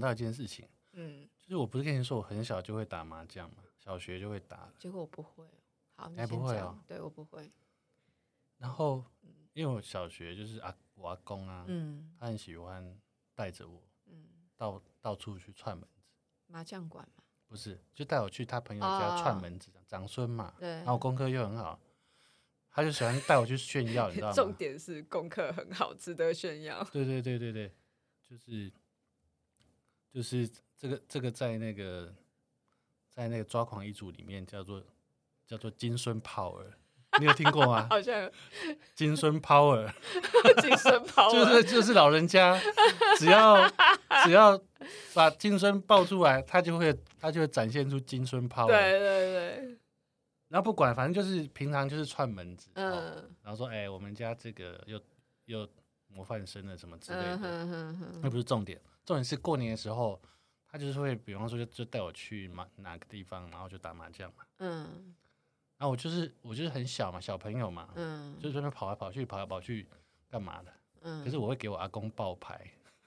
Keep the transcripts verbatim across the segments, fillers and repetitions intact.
到一件事情， 嗯， 就是我不是跟你说我很小就会打麻将嘛，小学就会打了， 结果我不会。好，你还不会哦？ 对，我不会。 然后，因为我小学就是阿我阿公啊， 嗯， 他很喜欢带着我， 嗯， 到到处去串门子， 麻将馆嘛， 不是，就带我去他朋友家串门子，哦、长孙嘛， 对， 然后我功课又很好，他就喜欢带我去炫耀，你知道吗？ 重点是功课很好，值得炫耀。 对对对对对，就是就是这个这个在那个在那个抓狂一族里面叫做叫做金孙 power。你有听过吗？ 好像金孙 power， 金孙 power 就是就是老人家只要只要把金孙抱出来，他就会他就会展现出金孙 power。 对对对。 然后不管，反正就是平常就是串门子，嗯、 哦， 然后说，哎、欸，我们家这个又又模范生了什么之类的， 嗯、哼哼哼那不是重点，重点是过年的时候，他就是会，比方说就就带我去哪哪个地方，然后就打麻将嘛，嗯。然后我就是我就是很小嘛，小朋友嘛，嗯，就在那边跑来跑去，跑来跑去，干嘛的？嗯，可是我会给我阿公报牌。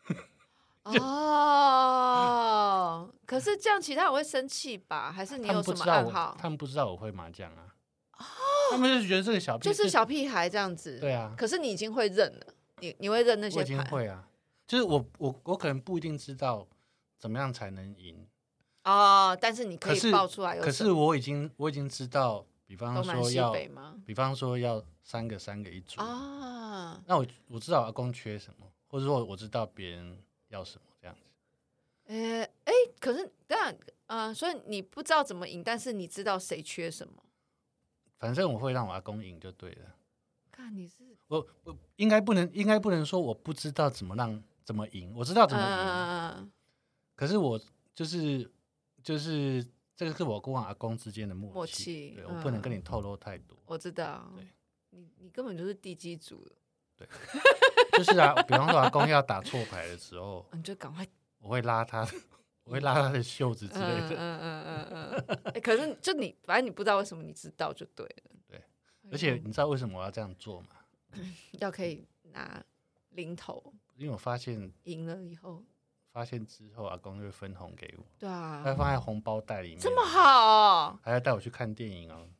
哦，可是这样其他人会生气吧？还是你有什么暗号？ 他们不知道我会麻将啊，哦，他们就觉得这个小屁就是小屁孩这样子。 对啊， 可是你已经会认了，你你会认那些牌？ 我已经会啊，就是我我我可能不一定知道怎么样才能赢哦，但是你可以报出来有。 可是我已经我已经知道。比方说要， 吗？ 比方说要三个三个一组啊。那我我知道阿公缺什么，或者说我知道别人要什么这样子。 呃，哎，可是当然，嗯、呃，所以你不知道怎么赢，但是你知道谁缺什么。 反正我会让我阿公赢就对了。 看你是我我应该不能应该不能说我不知道怎么让怎么赢，我知道怎么赢。嗯、可是我就是就是。这个是我跟我阿公之间的默契， 默契对、嗯、我不能跟你透露太多。 我知道，对，你你根本就是地基组的， 对，就是啊，比方说阿公要打错牌的时候， 你就赶快， 我会拉他，我会拉他的袖子之类的。 嗯嗯嗯嗯嗯。欸、可是就你，反正你不知道为什么，你知道就对了。 对，而且你知道为什么我要这样做吗？ 要可以拿零头， 因为我发现赢了以后。 发现之后，阿公就会分红给我。 对啊， 他放在红包袋里面， 这么好， 还要带我去看电影哦。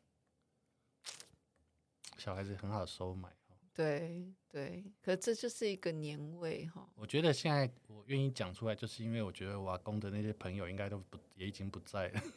小孩子很好收买。 对对，可这就是一个年味哈。 我觉得现在我愿意讲出来，就是因为我觉得我阿公的那些朋友应该都不也已经不在了。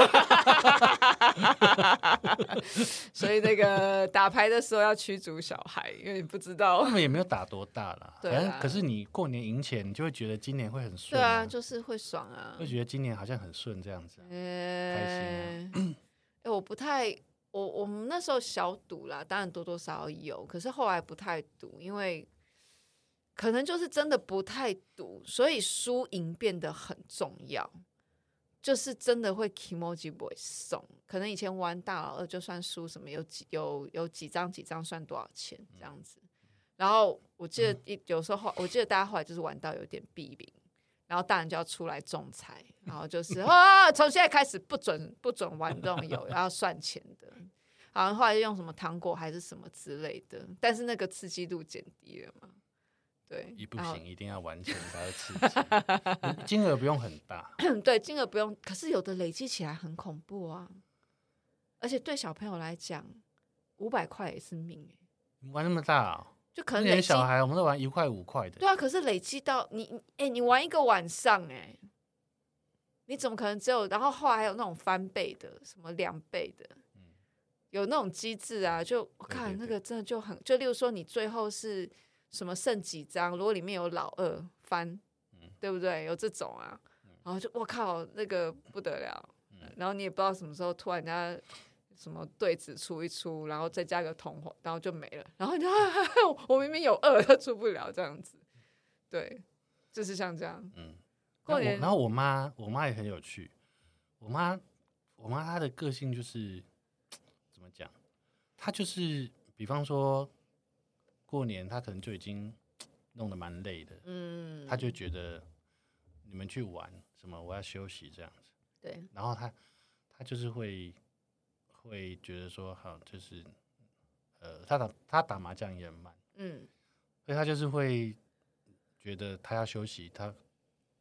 所以那个打牌的时候要驱逐小孩，因为你不知道他们也没有打多大啦。 对反正可是你过年赢钱，你就会觉得今年会很顺、啊。 对啊，就是会爽啊， 会觉得今年好像很顺这样子、啊，欸、开心啊。 欸、我不太。我我们那时候小赌啦，当然多多少少有，可是后来不太赌，因为可能就是真的不太赌，所以输赢变得很重要，就是真的会 kimoji 不会松。可能以前玩大老二就算输什么有几有有几张几张算多少钱这样子，然后我记得有时候我记得大家后来就是玩到有点毙命。然后大人就要出来仲裁，然后就是啊，从现在开始不准不准玩这种游，要算钱的。好像后来用什么糖果还是什么之类的，但是那个刺激度减低了嘛。对， 一不行一定要玩钱才会刺激，金额不用很大。 对，金额不用，可是有的累积起来很恐怖啊。而且对小朋友来讲，五百块也是命哎、 欸。玩那么大哦？ 就可能累积小孩我们都玩一块五块的。 对啊，可是累积到你哎、欸，你玩一个晚上哎、欸，你怎么可能只有？然后后来还有那种翻倍的，什么两倍的，嗯、有那种机制啊。就我看那个真的就很，就例如说你最后是什么剩几张，如果里面有老二翻，嗯、对不对？有这种啊，然后就我靠，那个不得了。嗯、然后你也不知道什么时候突然间。什么对子出一出，然后再加个铜环，然后就没了。然后你就、啊、我明明有二，他出不了这样子。对，就是像这样。嗯，过年， 然后我妈，我妈也很有趣。我妈，我妈她的个性就是怎么讲？她就是，比方说过年，她可能就已经弄得蛮累的。嗯，她就觉得你们去玩什么，我要休息这样子。 对， 然后她，她就是会。会觉得说好，就是呃，他打他打麻将也很慢，嗯，所以他就是会觉得他要休息，他就是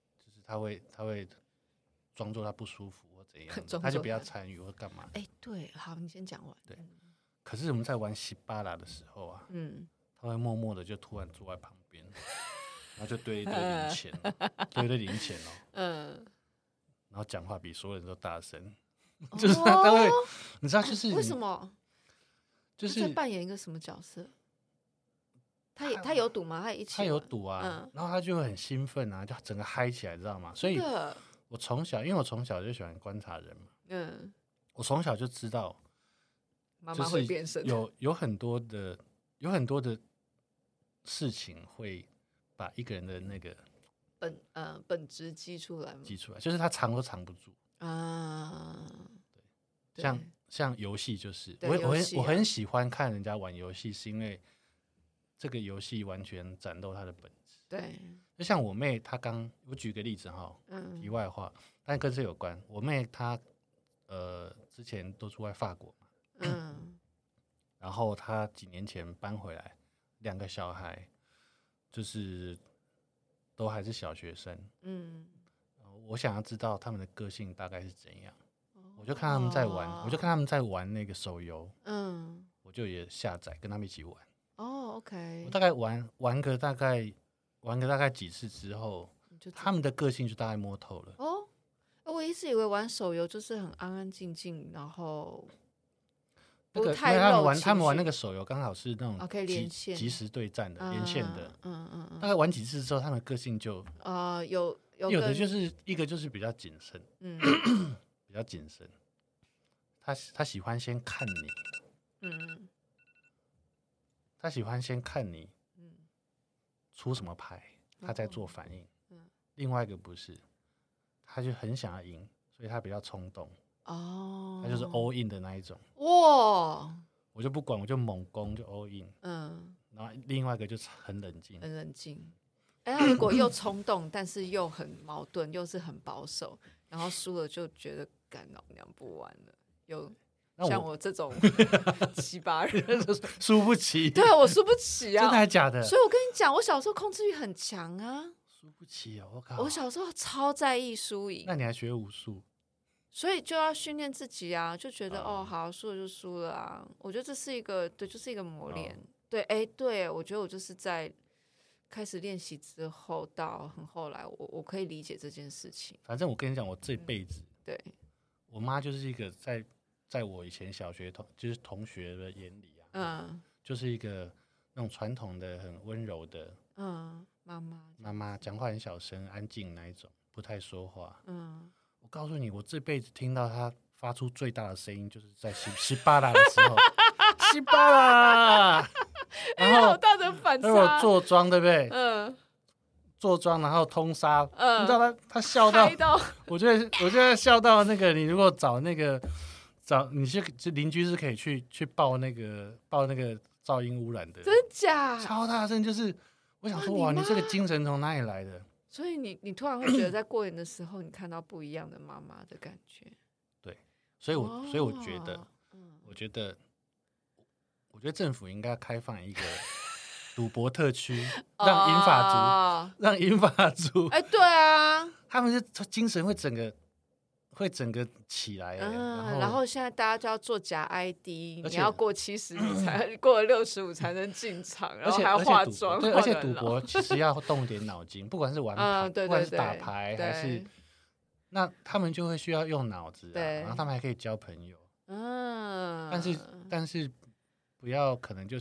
他会他会装作他不舒服或怎样，他就不要参与或干嘛。 哎、欸，对，好，你先讲完。 对，可是我们在玩西巴拉的时候啊，嗯，他会默默的就突然坐在旁边，然后就堆一堆零钱，堆一堆零钱哦，嗯，然后讲话比所有人都大声，哦、就是他他会，你知道就是、 为什么？就是在扮演一个什么角色？他也他有赌吗？他也一起， 他有赌啊、嗯，然后他就会很兴奋啊，就整个嗨起来，知道吗？所以，我从小，因为我从小就喜欢观察人嘛，嗯，我从小就知道， 妈妈会变身， 有有很多的有很多的事情会把一个人的那个本呃本质激出来吗？ 激出来，就是他藏都藏不住啊。对，像像游戏就是，我我很、啊、我很喜欢看人家玩游戏，是因为这个游戏完全展露他的本质。 对， 就像我妹，她刚我举个例子哈，嗯，题外话，但跟这有关。我妹她呃之前都住在法国嘛，嗯，然后她几年前搬回来，两个小孩就是都还是小学生，嗯，我想要知道他们的个性大概是怎样。我就看他们在玩，哦、我就看他们在玩那个手游，嗯，我就也下载跟他们一起玩。 哦 ，OK， 我大概玩玩个大概玩个大概几次之后，他们的个性就大概摸透了。 哦，我一直以为玩手游就是很安安静静，然后不太露情绪。他们玩他们玩那个手游刚好是那种可以连线、 即时对战的、嗯、连线的，嗯嗯嗯。大概玩几次之后，他们的个性就呃有有有的就是一个就是比较谨慎，嗯。比较谨慎，他他喜欢先看你，嗯，他喜欢先看你，嗯，出什么牌，他在做反应，嗯，另外一个不是，他就很想要赢，所以他比较冲动，哦，他就是 all in 的那一种，哇，我就不管，我就猛攻，就 all in，嗯，然后另外一个就是很冷静， 很冷静，哎，他如果又冲动，但是又很矛盾，又是很保守，然后输了就觉得。干老娘不玩了，有像我这种七八人输不起， 对我输不起啊， 真的还假的？ 所以我跟你讲，我小时候控制欲很强啊， 输不起哦，我靠！ 我小时候超在意输赢， 那你还学武术？ 所以就要训练自己啊，就觉得、嗯、哦，好，输了就输了啊。我觉得这是一个对，就是一个磨练。嗯、对，哎，对，我觉得我就是在开始练习之后到很后来，我我可以理解这件事情。 反正我跟你讲，我这辈子、 嗯、对。 我妈就是一个在在我以前小学同就是同学的眼里啊，嗯，就是一个那种传统的很温柔的， 嗯，妈妈妈妈讲话很小声、安静那一种，不太说话。嗯，我告诉你，我这辈子听到她发出最大的声音，就是在西西巴拉的时候，西巴拉，然后、 欸、好大的反差， 然后坐庄对不对？嗯。坐庄，然后通杀，嗯、你知道他他笑到， 到我觉得我觉得笑到那个，你如果找那个找你是邻居是可以去去报那个报那个噪音污染的， 真假？ 超大声，就是我想说哇，哇，你这个精神从哪里来的？ 所以你你突然会觉得在过年的时候，你看到不一样的妈妈的感觉。 对，所以我、哦、所以我觉得，嗯、我觉得我觉得政府应该开放一个。赌博特区，让银发族，哦、让银发族， 哎、欸，对啊， 他们是精神会整个会整个起来、欸，嗯，然后然后现在大家就要做假 I D， 你要过七十你才过了六十五才能进场，然后还要化妆， 对，而且赌博其实要动点脑筋，不管是玩牌， 嗯、对对对， 不管是打牌还是，那他们就会需要用脑子啊，然后他们还可以交朋友，嗯，但是但是不要可能就是。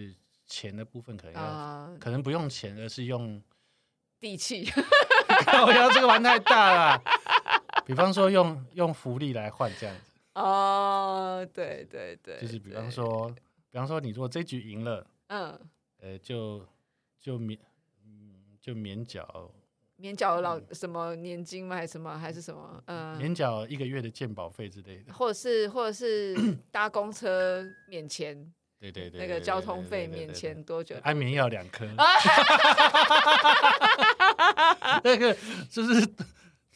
钱的部分可能要、呃、可能不用钱，而是用地气。 我要这个玩太大了。比方说用用福利来换这样子。 哦，对对对， 就是比方说，比方说你如果这局赢了，嗯，呃，就就免嗯就免缴免缴老什么年金吗？还是什么？还是什么？嗯， 免缴一个月的健保费之类的， 或者是或者是搭公车免钱。 对对对， 那个交通费免钱多久？ 安眠药两颗，那个就是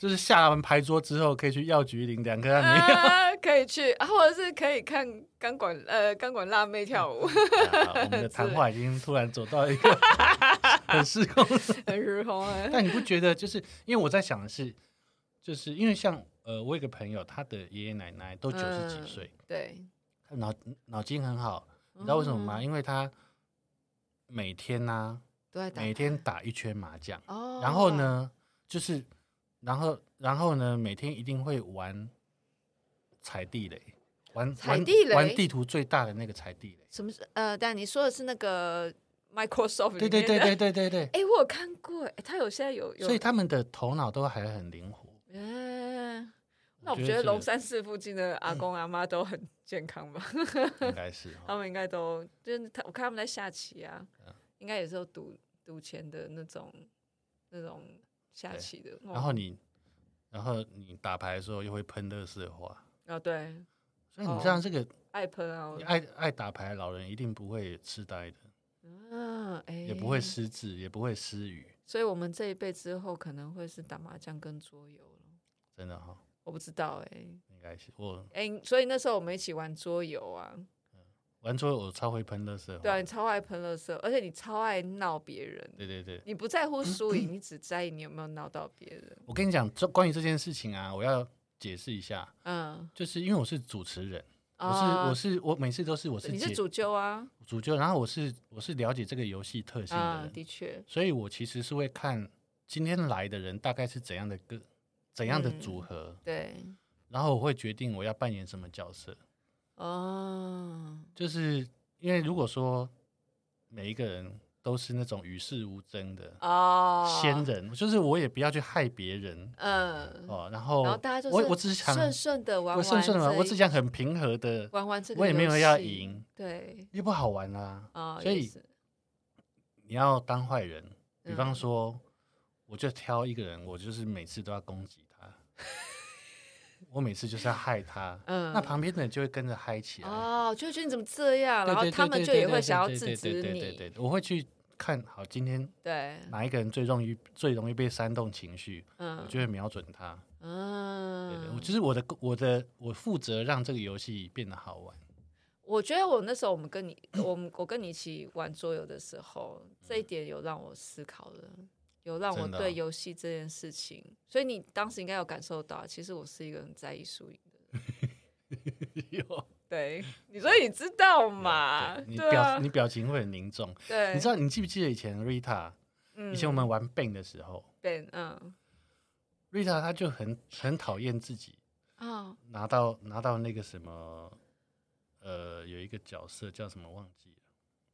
就是下完牌桌之后可以去药局领两颗安眠药、 啊，可以去、啊，或者是可以看钢管呃钢管辣妹跳舞。 啊、我们的谈话已经突然走到一个很失控很失控哎。 但你不觉得就是因为我在想的是，就是因为像呃我有一个朋友，他的爷爷奶奶都九十几岁、 嗯，对， 他脑脑筋很好，你知道为什么吗？ 嗯、 因为他每天呢、 都在打每天打一圈麻将、 哦， 然后呢就是然后然后呢每天一定会玩踩地雷，玩踩地雷玩玩地图最大的那个踩地雷。 什么是呃？但你说的是那个 Microsoft 对对对对对对对。 哎、欸，我有看过，哎、欸，他有现在有有， 所以他们的头脑都还很灵活。 嗯、欸，那我觉得这个龙山寺附近的阿公阿妈都很健康吧？ 应该是、哦， 他们应该都就是他，我看他们在下棋啊， 嗯、 应该也是有赌赌钱的那种那种下棋的。 然后你，然后你打牌的时候又会喷垃圾话。 哦，对。 所以你像这个、哦、 爱喷啊， 爱爱打牌的老人一定不会痴呆的， 嗯、啊，哎、欸， 也不会失智，也不会失语。 所以我们这一辈之后可能会是打麻将跟桌游了。 真的哈、哦？ 我不知道哎、欸， 应该是我哎、欸，所以那时候我们一起玩桌游啊。 嗯、玩桌游我超会喷垃圾话。 对啊，你超爱喷垃圾，而且你超爱闹别人。 对对对， 你不在乎输赢，你只在意你有没有闹到别人。 我跟你讲，这关于这件事情啊，我要解释一下。 嗯， 就是因为我是主持人。我是、 哦、 我是我每次都是我是你是主揪啊， 主揪，然后我是我是了解这个游戏特性的人、 嗯，的确， 所以我其实是会看今天来的人大概是怎样的个怎样的组合、 嗯，对， 然后我会决定我要扮演什么角色。 哦， 就是因为如果说每一个人都是那种与世无争的哦仙人，就是我也不要去害别人， 嗯， 哦，然后然后大家就是我我只是想顺顺的玩玩， 顺顺的玩，我只想很平和的玩玩这个， 我也没有要赢， 对， 又不好玩啦、 啊， 所以你要当坏人，比方说， 嗯、 我就挑一个人，我就是每次都要攻击他，我每次就是要害他，嗯，那旁边的人就会跟着嗨起来， 哦，就会觉得你怎么这样，然后他们就也会想要制止你， 对对对，我会去看好今天对哪一个人最容易最容易被煽动情绪，嗯，我就会瞄准他，嗯，对对，我就是我的我的我负责让这个游戏变得好玩。 我觉得我那时候我们跟你，我们我跟你一起玩桌游的时候，这一点有让我思考了，有让我对游戏这件事情，哦、所以你当时应该有感受到，其实我是一个很在意输赢的人。 有， 对，你所以你知道嘛？ 你表、 啊、 你表情会很凝重。 对， 你知道你记不记得以前 Rita，、嗯、以前我们玩 Ben 的时候 ，Ben， 嗯 ，Rita 他就很很讨厌自己啊、哦，拿到拿到那个什么。呃，有一个角色叫什么忘记了。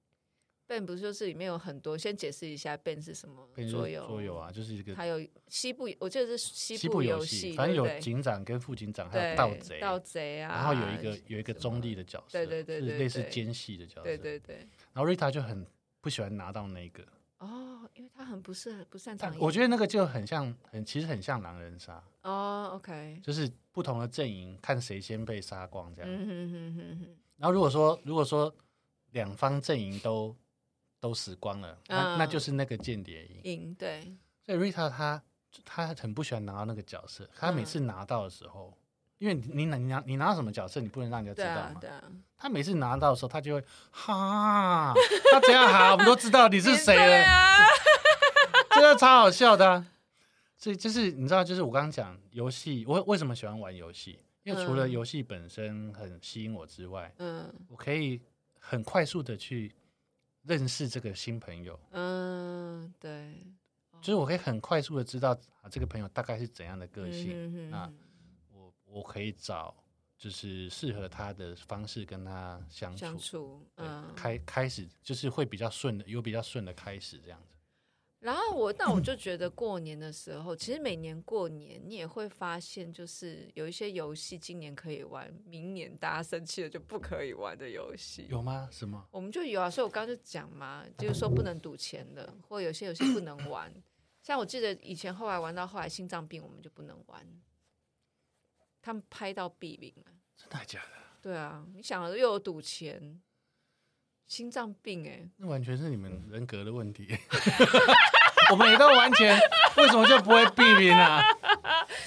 Ben 不是就是里面有很多，先解释一下 Ben 是什么桌游？ 桌游啊，就是一个还有西部，我记得是西部游戏， 反正有警长跟副警长，还有盗贼， 盗贼啊。 然后有一个有一个中立的角色， 对对对 对, 对， 是类似奸细的角色， 对对对。 然后 Rita 就很不喜欢拿到那个。 哦，因为他很不是不擅长。 我觉得那个就很像，很其实很像狼人杀。 哦 ，OK， 就是不同的阵营，看谁先被杀光这样。 嗯哼哼哼哼。 然后如果说如果说两方阵营都都死光了，嗯、那那就是那个间谍赢。 赢对。 所以 Rita 他他很不喜欢拿到那个角色，他每次拿到的时候，嗯、因为你你拿你拿到什么角色，你不能让人家知道嘛。 对啊。对啊，他每次拿到的时候，他就会哈，他怎样好，我们都知道你是谁了。 啊、 这个超好笑的、啊。所以就是你知道，就是我刚刚讲游戏，我为什么喜欢玩游戏？因为除了游戏本身很吸引我之外，嗯，我可以很快速的去认识这个新朋友， 嗯，对， 就是我可以很快速的知道啊，这个朋友大概是怎样的个性，嗯、哼哼那我我可以找就是适合他的方式跟他相处， 相处，嗯， 开开始就是会比较顺的，有比较顺的开始这样子。 然后我，那我就觉得过年的时候，其实每年过年你也会发现，就是有一些游戏今年可以玩，明年大家生气了就不可以玩的游戏。 有吗？什么？ 我们就有啊，所以我刚刚就讲嘛，就是说不能赌钱的，或有些游戏不能玩。像我记得以前后来玩到后来心脏病，我们就不能玩。他们拍到毙命了。 真的假的？ 对啊，你想又有赌钱。心脏病哎、欸， 那完全是你们人格的问题。我们也都完全，为什么就不会避免啊？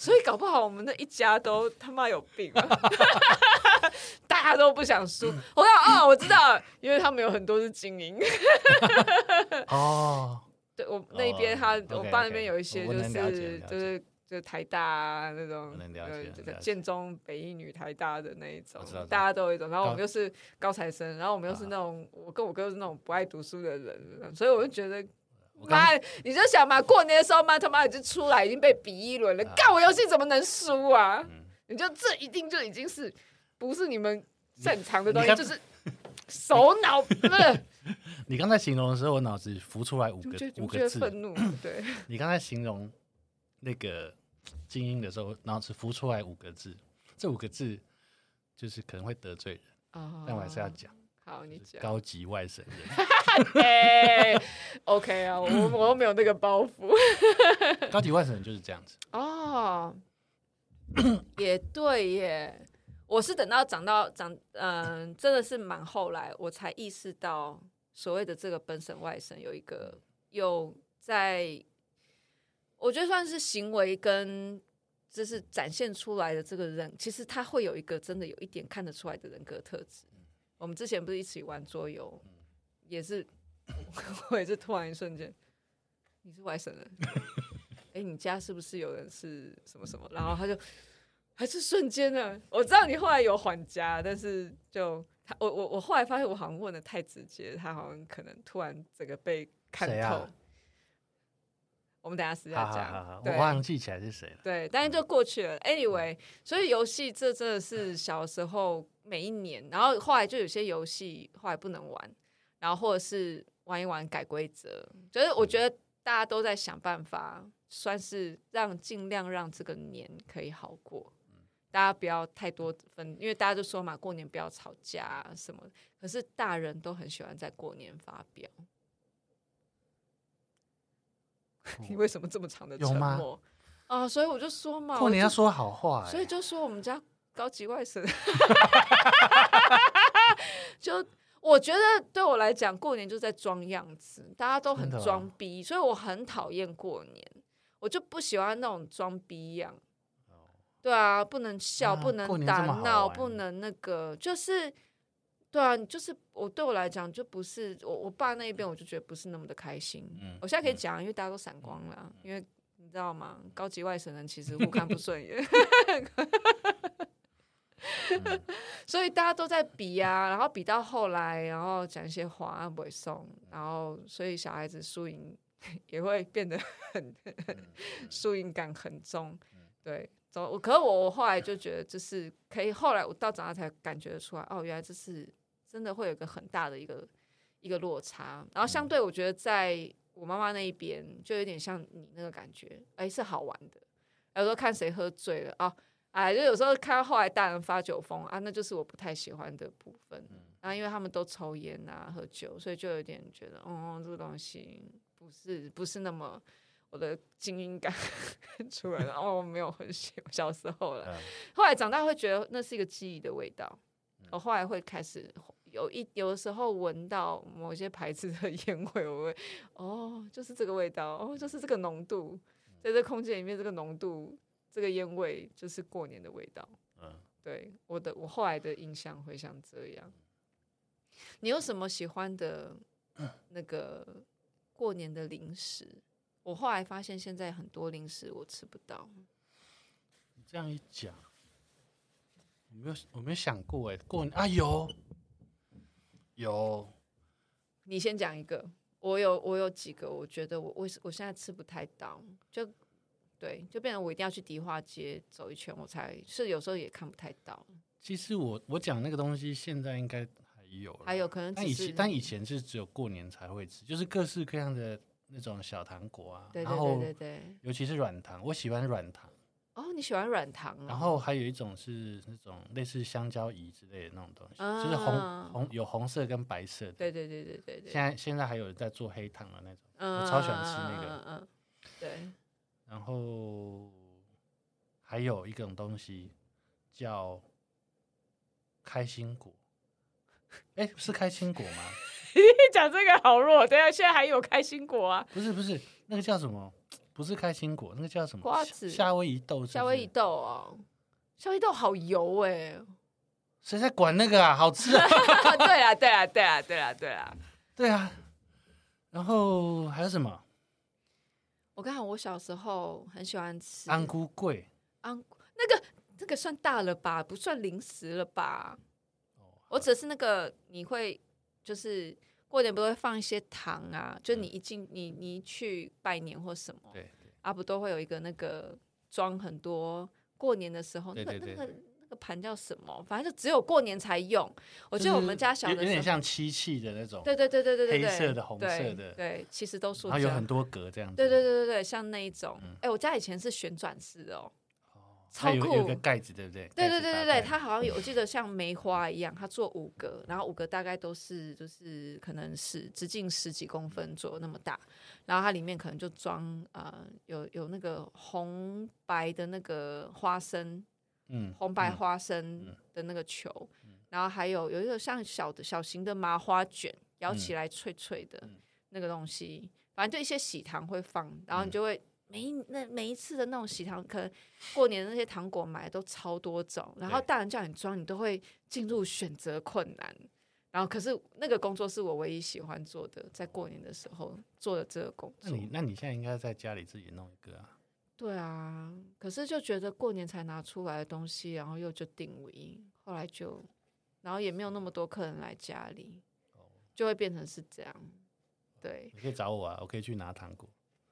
所以搞不好我们那一家都他妈有病啊！大家都不想输。我看哦，我知道了，因为他们有很多是精英。 哦， 对我那边他， 哦我 OK，OK， 爸那边有一些我就能了解了解是就是就是台大啊那种我能，了解呃， 了解这个建中、北一女、台大的那一种我知道， 大家都有一种。然后我们高又是高材生，然后我们又是啊那种，我跟我哥是那种不爱读书的人，所以我就觉得。 我刚妈，你就想嘛，过年的时候妈他妈已经出来，已经被比一轮了， 啊干我游戏怎么能输啊？ 嗯你就这一定就已经是不是你们擅长的东西， 你看就是手脑不是， 你刚才形容的时候，我脑子浮出来五个就觉得五个字。 我觉得愤怒，对， 你刚才形容那个精英的时候，脑子浮出来五个字，这五个字就是可能会得罪人， 哦但我还是要讲。 好，你讲。 高级外省人， 哎，OK 啊，我我又没有那个包袱。 高级外省人就是这样子。 哦，也对耶。我是等到长到长，嗯、真的是蛮后来，我才意识到所谓的这个本省外省有一个有在，我觉得算是行为跟就是展现出来的这个人，其实他会有一个真的有一点看得出来的人格特质。我们之前不是一起玩桌游，也是我也是突然一瞬间，你是外省人，哎、欸，你家是不是有人是什么什么？然后他就还是瞬间呢，我知道你后来有还家，但是就他我我我后来发现我好像问的太直接，他好像可能突然整个被看透。 啊、 我们等一下私下讲， 好好好，我好像记起来是谁了。 对，但是就过去了。Anyway， 所以游戏这真的是小时候每一年，然后后来就有些游戏后来不能玩，然后或者是玩一玩改规则，就是我觉得大家都在想办法，算是让尽量让这个年可以好过。大家不要太多分，因为大家就说嘛，过年不要吵架啊什么。可是大人都很喜欢在过年发飙。你为什么这么长的沉默啊？所以我就说嘛， 过年要说好话、欸， 所以就说我们家高级外省，就我觉得对我来讲，过年就在装样子，大家都很装逼，所以我很讨厌过年，我就不喜欢那种装逼样。对啊，不能笑，啊、不能打闹，不能那个，就是对啊，就是我对我来讲就不是我我爸那一边，我就觉得不是那么的开心。嗯、我现在可以讲，因为大家都闪光了，嗯、因为你知道吗？高级外省人其实互看不顺眼，嗯、所以大家都在比啊，然后比到后来，然后讲一些话不会送，然后所以小孩子输赢也会变得很输赢感很重，对。走，可是我我后来就觉得，就是可以。后来我到长大才感觉得出来，哦，原来这是真的会有一个很大的一个一个落差。然后相对，我觉得在我妈妈那一边，就有点像你那个感觉，哎，是好玩的。有时候看谁喝醉了啊，哎，就有时候看到后来大人发酒疯啊，那就是我不太喜欢的部分。然后因为他们都抽烟啊、喝酒，所以就有点觉得，哦，这个东西不是不是那么。我的精英感出来了，然后我没有很喜欢小时候了。嗯、后来长大会觉得那是一个记忆的味道。嗯、我后来会开始有一有的时候闻到某些牌子的烟味，我会哦，就是这个味道，哦，就是这个浓度，在这空间里面这个浓度，这个烟味就是过年的味道。嗯、对，我的我后来的印象会像这样。你有什么喜欢的那个过年的零食？我后来发现，现在很多零食我吃不到。 你这样一讲，我没有我没有想过哎，过年啊有有。 你先讲一个，我有我有几个，我觉得我我我现在吃不太到，就对，就变成我一定要去迪化街走一圈，我才是有时候也看不太到。 其实我我讲那个东西，现在应该还有， 还有可能只是， 但以前但以前是只有过年才会吃，就是各式各样的。那种小糖果啊， 对对对对对， 尤其是软糖，我喜欢软糖。 哦，你喜欢软糖哦。 然后还有一种是那种类似香蕉姨之类的那种东西，啊、就是红红有红色跟白色的。 对对对对对对。 现在现在还有人在做黑糖的那种，嗯、我超喜欢吃那个。 嗯嗯嗯、对。 然后还有一种东西叫开心果，哎，是开心果吗？ 讲这个好弱，等一下现在还有开心果啊？ 不是不是，那个叫什么？ 不是开心果，那个叫什么？ 瓜子、 夏威夷豆是不是， 夏威夷豆哦，夏威夷豆好油哎、欸， 谁在管那个啊？好吃啊！ 对啊，对啊，对啊，对啊，对啊， 对啊。然后还有什么？ 我刚才我小时候很喜欢吃安菇桂， 安那个那个算大了吧，不算零食了吧？我只是那个你会就是过年不会放一些糖啊，就你一进你你一去拜年或什么， 对啊不都会有一个那个装很多过年的时候那个对对对那个那个盘叫什么？反正就只有过年才用。我记得我们家小的时候有点像漆器的那种， 对对对对对对对， 黑色的红色的， 对，其实都塑胶， 然后有很多格这样子。 对对对对对，像那一种。哎、 嗯欸，我家以前是旋转式的哦。 它有超酷， 有一个盖子，对不对？ 对对对对对，它好像有，我记得像梅花一样，它做五格，然后五格大概都是就是可能是直径十几公分左右那么大，然后它里面可能就装呃有有那个红白的那个花生， 嗯， 红白花生的那个球，嗯、然后还有有一个像小的小型的麻花卷，咬起来脆脆的那个东西，反正就一些喜糖会放，然后你就会。每一那每一次的那种喜糖，可能过年的那些糖果买的都超多种，然后大人叫你装，你都会进入选择困难。然后可是那个工作是我唯一喜欢做的，在过年的时候做的这个工作。 那你那你现在应该在家里自己弄一个啊？ 对啊，可是就觉得过年才拿出来的东西，然后又就定位，后来就，然后也没有那么多客人来家里，就会变成是这样。对， 你可以找我啊，我可以去拿糖果。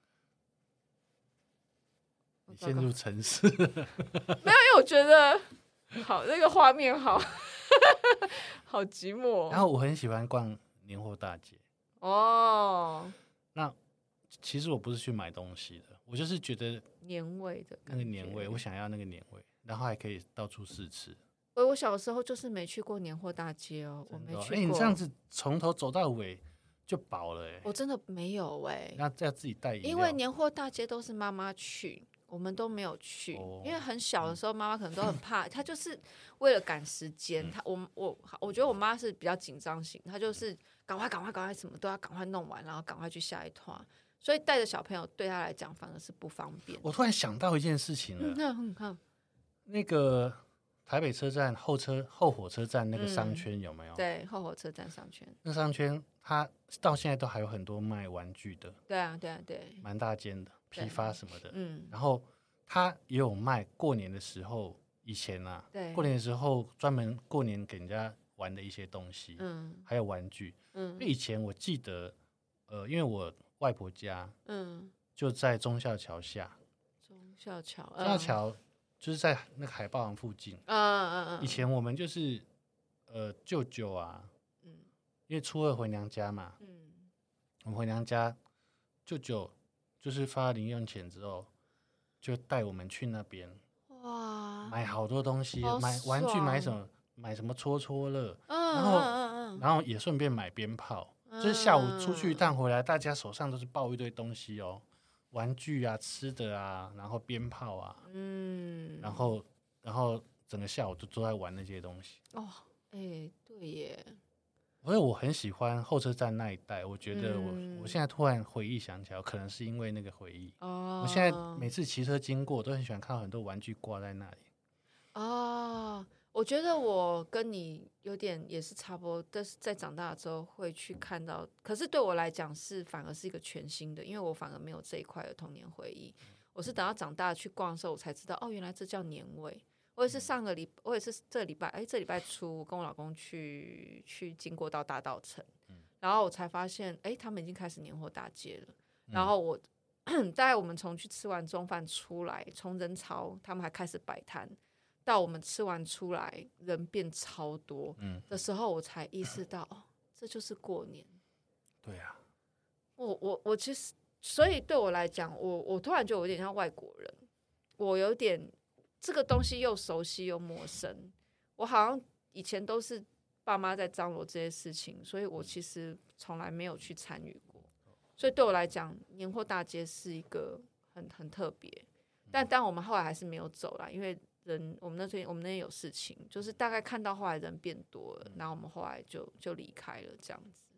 你陷入沉思没有， 因为我觉得好那个画面好好寂寞。 然后我很喜欢逛年货大街哦。 那其实我不是去买东西的，我就是觉得年味的那个年味，我想要那个年味，然后还可以到处试吃。 我小时候就是没去过年货大街哦，我没去过。 哎、欸，你这样子从头走到尾就饱了哎、欸。 我真的没有哎、欸， 那要自己带饮料， 因为年货大街都是妈妈去。我们都没有去，哦、因为很小的时候，妈妈可能都很怕，她、嗯、就是为了赶时间。她、嗯、我我我觉得我妈是比较紧张型，她就是赶快赶快赶快，什么都要赶快弄完，然后赶快去下一团。所以带着小朋友对她来讲反而是不方便。 我突然想到一件事情了， 嗯嗯、 那个台北车站后车后火车站那个商圈有没有？ 嗯、对，后火车站商圈。 那商圈它到现在都还有很多卖玩具的。 对啊对啊对， 蛮大间的。批发什么的， 嗯， 然后他也有卖过年的时候，以前啊， 对， 过年的时候专门过年给人家玩的一些东西， 嗯， 还有玩具， 嗯， 以前我记得，呃，因为我外婆家， 嗯， 就在忠孝橋下， 忠孝橋， 忠孝橋就是在那个海豹行附近， 嗯嗯嗯， 以前我们就是，呃，舅舅啊，嗯，因为初二回娘家嘛，嗯，我们回娘家，舅舅。就是发零用钱之后，就带我们去那边，哇，买好多东西，买玩具，买什么，买什么戳戳乐，嗯、然后、嗯、然后也顺便买鞭炮，嗯、就是下午出去一趟回来，大家手上都是抱一堆东西哦，玩具啊、吃的啊，然后鞭炮啊，嗯，然后然后整个下午都都在玩那些东西。 哦，哎、欸，对耶。 所以我很喜欢后车站那一带，我觉得我、嗯、我现在突然回忆想起来，可能是因为那个回忆。哦，我现在每次骑车经过，都很喜欢看到很多玩具挂在那里。 哦，我觉得我跟你有点也是差不多，但是在长大之后会去看到，可是对我来讲是反而是一个全新的，因为我反而没有这一块的童年回忆。我是等到长大去逛的时候，我才知道哦，原来这叫年味。我也是上个礼，我也是这礼拜，哎，这礼拜初跟我老公去去经过到大稻埕，嗯、然后我才发现，哎，他们已经开始年货大街了。嗯、然后我大概我们从去吃完中饭出来，从人潮他们还开始摆摊，到我们吃完出来人变超多的时候，我才意识到，哦，这就是过年。 对啊， 我我我其实，所以对我来讲，我我突然就有点像外国人，我有点。这个东西又熟悉又陌生，我好像以前都是爸妈在张罗这些事情，所以我其实从来没有去参与过。所以对我来讲，年货大街是一个很很特别。但但我们后来还是没有走啦，因为人我们那边我们那边有事情，就是大概看到后来人变多了，然后我们后来就就离开了这样子。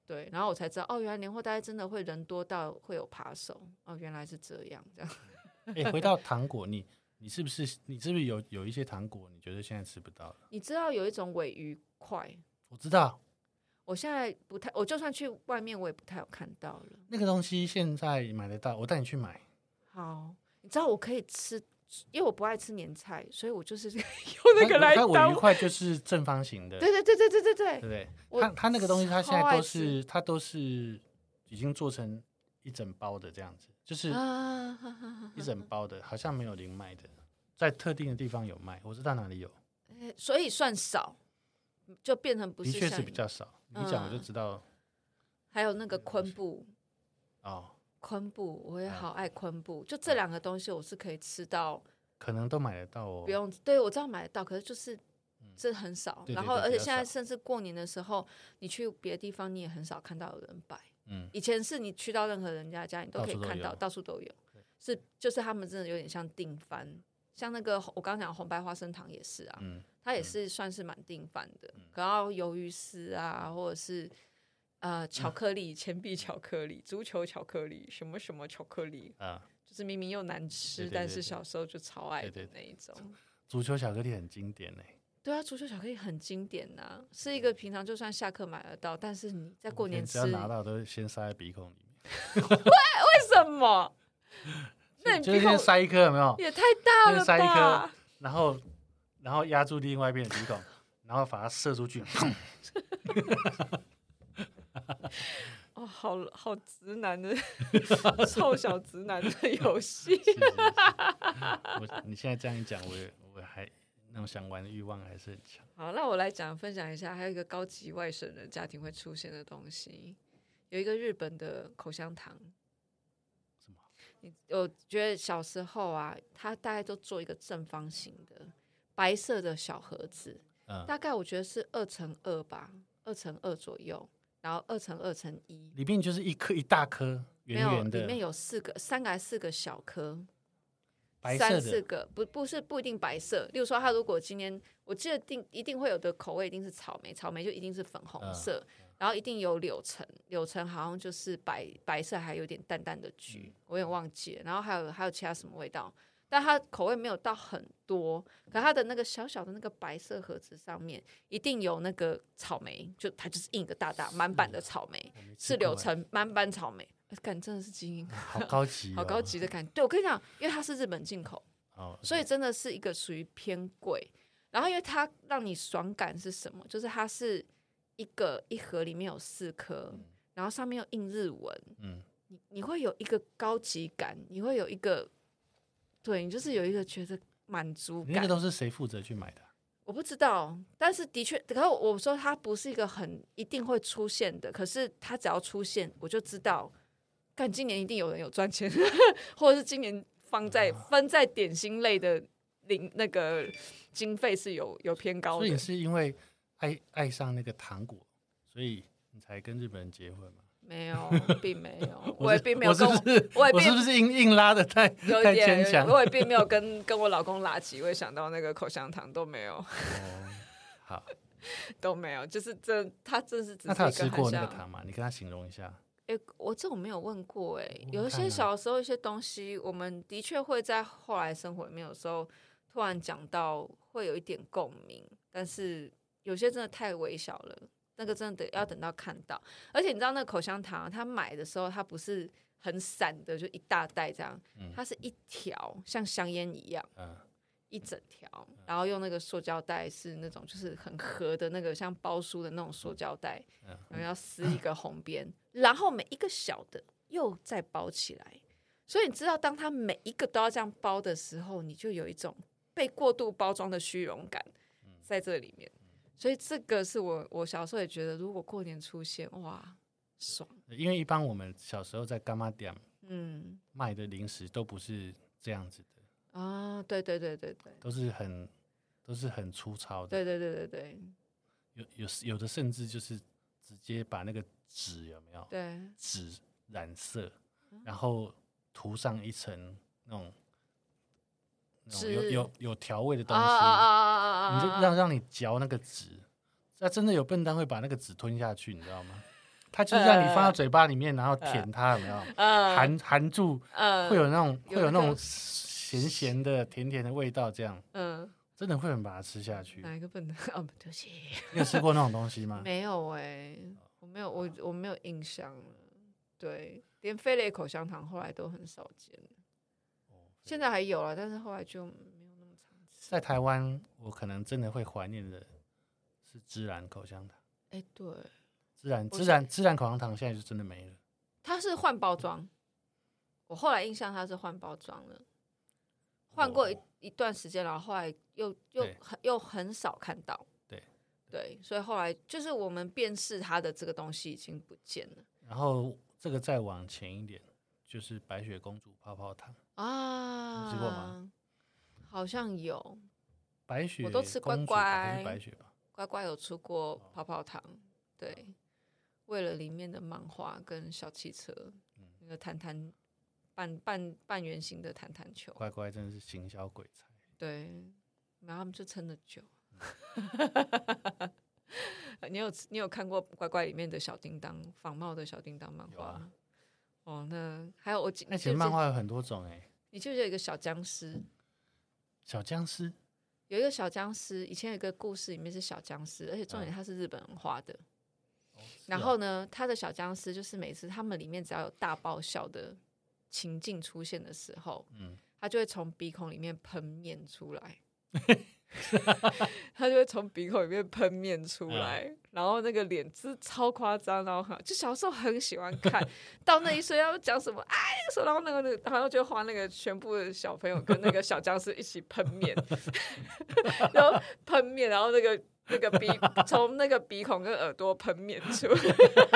对，然后我才知道哦，原来年货大概真的会人多到会有扒手哦，原来是这样这样。 哎、欸，回到糖果，你你是不是你是不是有有一些糖果，你觉得现在吃不到了？ 你知道有一种鲔鱼块， 我知道， 我现在不太，我就算去外面，我也不太有看到了。 那个东西现在买得到，我带你去买。 好，你知道我可以吃，因为我不爱吃年菜，所以我就是用那个来当。 它鲔鱼块就是正方形的， 对对对对对对对， 对不对？它它那个东西，它现在都是它都是已经做成一整包的这样子，就是一整包的，好像没有零卖的，在特定的地方有卖，我知道哪里有， 所以算少，就变成不是。 的确是比较少。你讲我就知道。 还有那个昆布哦， 昆布我也好爱昆布，就这两个东西我是可以吃到， 可能都买得到哦。 不用，对我知道买得到，可是就是这很少。然后而且现在甚至过年的时候，你去别的地方你也很少看到有人摆。嗯，以前是你去到任何人家家，你都可以看到，到处都有。是，就是他们真的有点像定番，像那个我刚刚讲红白花生糖也是啊，嗯、它也是算是蛮定番的。嗯、然后鱿鱼丝啊，或者是呃巧克力、钱币巧克力、足球巧克力，什么什么巧克力啊，就是明明又难吃，对对对对，但是小时候就超爱的那一种。对对对， 足球巧克力很经典哎、欸。 对啊，足球巧克力很经典呐、啊，是一个平常就算下课买得到，但是你在过年吃， 只要拿到都先塞在鼻孔里面。为为什么？那你就是先塞一颗，有没有？ 也太大了吧！ 塞一颗，然后然后压住另外一边的鼻孔，然后把它射出去。 哦，好好直男的臭小直男的游戏。 我你现在这样一讲，我也我还那种想玩的欲望还是很强。 好，那我来讲分享一下，还有一个高级外省人家庭会出现的东西，有一个日本的口香糖。 什么？ 我觉得小时候啊，它大概都做一个正方形的白色的小盒子，嗯、大概我觉得是二乘二吧，二乘二左右。然后二乘二乘一， 里面就是一颗一大颗圆圆的， 里面有四个、三个还是四个小颗， 白色的， 三四个不不是不一定白色。例如说，它如果今天我记得定一定会有的口味一定是草莓，草莓就一定是粉红色，嗯、然后一定有柳橙，柳橙好像就是白白色，还有点淡淡的橘，嗯、我有点忘记了。然后还有还有其他什么味道？但它口味没有到很多，可它的那个小小的那个白色盒子上面一定有那个草莓，就它就是印个大大满版的草莓，是柳橙满版草莓，感真的是基因， 好高级、哦， 好高级的感觉。对我跟你讲，因为它是日本进口，哦 okay、所以真的是一个属于偏贵。然后因为它让你爽感是什么？就是它是一个一盒里面有四颗，嗯、然后上面又印日文，嗯，你你会有一个高级感，你会有一个。对，你就是有一个觉得满足感。 那个都是谁负责去买的、啊？ 我不知道，但是的确，可是我说它不是一个很一定会出现的，可是它只要出现，我就知道，干今年一定有人有赚钱，或者是今年放在分在点心类的零那个经费是有有偏高的。 所以是因为爱爱上那个糖果，所以你才跟日本人结婚吗？ 没有，并没有，我也并没有跟我，我是不是我, 我是不是硬硬拉的太太牵强？ 我也并没有跟跟我老公拉起，我也想到那个口香糖都没有。哦， 好， 都没有，就是这他真是只是那他有吃过那个糖吗？你跟他形容一下。 哎、欸，我这我没有问过哎、欸，有一些小时候一些东西，我们的确会在后来生活里面有时候突然讲到，会有一点共鸣，但是有些真的太微小了。那个真的要等到看到，而且你知道那个口香糖，它买的时候它不是很散的，就一大袋这样，嗯、它是一条像香烟一样，嗯、一整条，然后用那个塑胶袋是那种就是很合的那个像包书的那种塑胶袋，嗯、然后要撕一个红边，嗯、然后每一个小的又再包起来，所以你知道，当它每一个都要这样包的时候，你就有一种被过度包装的虚荣感在这里面。所以这个是我我小时候也觉得，如果过年出现，哇，爽！ 因为一般我们小时候在干妈店，嗯，卖的零食都不是这样子的啊，对对对对对， 都是很都是很粗糙的， 对对对对对， 有有有的甚至就是直接把那个纸有没有？ 对， 纸染色，然后涂上一层那种。有有有调味的东西，啊啊啊啊、你就让让你嚼那个纸，那真的有笨蛋会把那个纸吞下去，你知道吗？ 它就是让你放到嘴巴里面，然后舔它，有没有？ 嗯含含住， 嗯， 会有那种有会有那种那个咸咸的、甜甜的味道，这样嗯， 真的会有人把它吃下去。 哪一个笨的？哦，对不起， 你有吃过那种东西吗？ 没有哎、我没有，我我没有印象了。对，连飞雷口香糖后来都很少见，现在还有了，但是后来就没有那么常吃。 在台湾，我可能真的会怀念的是孜然口香糖。 哎、对， 孜然我孜然孜然口香糖现在就真的没了。 它是换包装，我后来印象它是换包装了，换过一、 哦一段时间，然后后来又又对很又很少看到。 对对，所以后来就是我们辨识它的这个东西已经不见了然后这个再往前一点，就是白雪公主泡泡糖， 啊。 你吃过吗？ 好像有， 白雪我都吃乖公主吧不是乖白雪吧？ 乖乖有出过泡泡糖，对，为了里面的漫画跟小汽车， 嗯那个弹弹半半半圆形的弹弹球， 乖乖真的是行销鬼才。 对，然后他们就撑得久。你有你有看过乖乖里面的小叮当仿冒的小叮当漫画？ 啊、 哦，那还有我记， 那其实漫画有很多种哎、欸， 你记不记得有一个小僵尸？ 小僵尸有一个小僵尸，以前有一个故事里面是小僵尸，而且重点他是日本人画的。 哦然后呢，他的小僵尸就是每次他们里面只要有大爆笑的情境出现的时候， 嗯， 他就会从鼻孔里面喷面出来。他就会从鼻孔里面喷面出来，嗯、然后那个脸是超夸张，然后很就小时候很喜欢看，到那一岁要讲什么哎，然后那个那个，然后就画那个全部的小朋友跟那个小僵尸一起喷面，然后喷面，然后那个那个鼻从那个鼻孔跟耳朵喷面出来，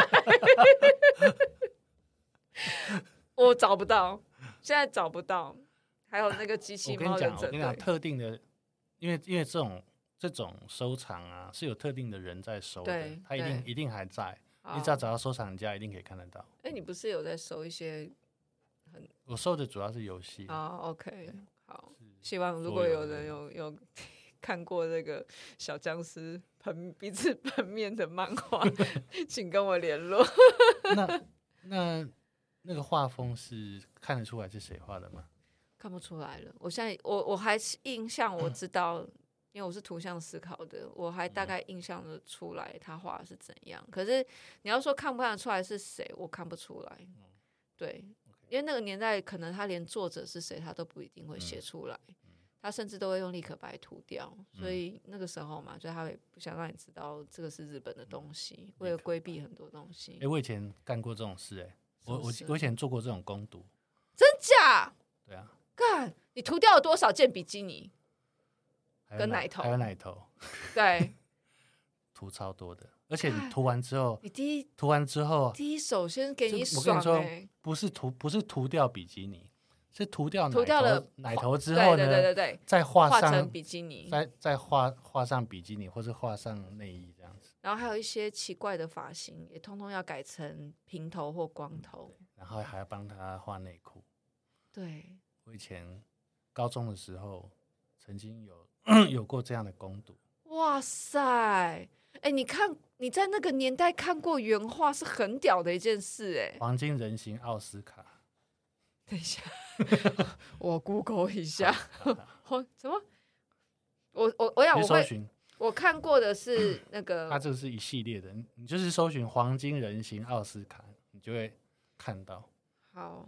我找不到，现在找不到，还有那个机器猫忍者队， 我跟你讲，特定的。因为因为这种这种收藏啊，是有特定的人在收的，他一定一定还在，你只要找到收藏家，一定可以看得到。 哎、欸，你不是有在收一些很？ 我收的主要是游戏。 哦 ，OK， 好，希望如果有人有有看过这个小僵尸喷鼻子喷面的漫画，请跟我联络。 那那那个画风是看得出来是谁画的吗？ 看不出来了，我现在我我还是印象我知道，嗯、因为我是图像思考的，我还大概印象的出来他画的是怎样。可是你要说看不看得出来是谁，我看不出来。嗯、对，因为那个年代可能他连作者是谁他都不一定会写出来，嗯、他甚至都会用立可白涂掉。所以那个时候嘛，就他也不想让你知道这个是日本的东西，为了规避很多东西。 哎、欸，我以前干过这种事、欸，哎，我我我以前做过这种工读， 真假？ 对啊。 干，你涂掉了多少件比基尼跟奶头？ 还有奶头， 对， 涂超多的，而且你涂完之后， 你第一涂完之后， 第一手先给你爽、欸。 我跟你说，不是涂不是涂掉比基尼，是涂掉涂掉了奶头之后呢， 对对对对对， 再画上成比基尼， 再再画画上比基尼，或是画上内衣这样子。 然后还有一些奇怪的发型，也通通要改成平头或光头， 然后还要帮他画内裤。 对。 我以前高中的时候曾经有有过这样的攻读。 哇塞！哎、欸，你看你在那个年代看过原画是很屌的一件事哎、欸。 黄金人形奥斯卡。 等一下，我 Google 一下。黄什么？我我我想我会我看过的是那个， 它这个是一系列的，你就是搜寻黄金人形奥斯卡，你就会看到。 好。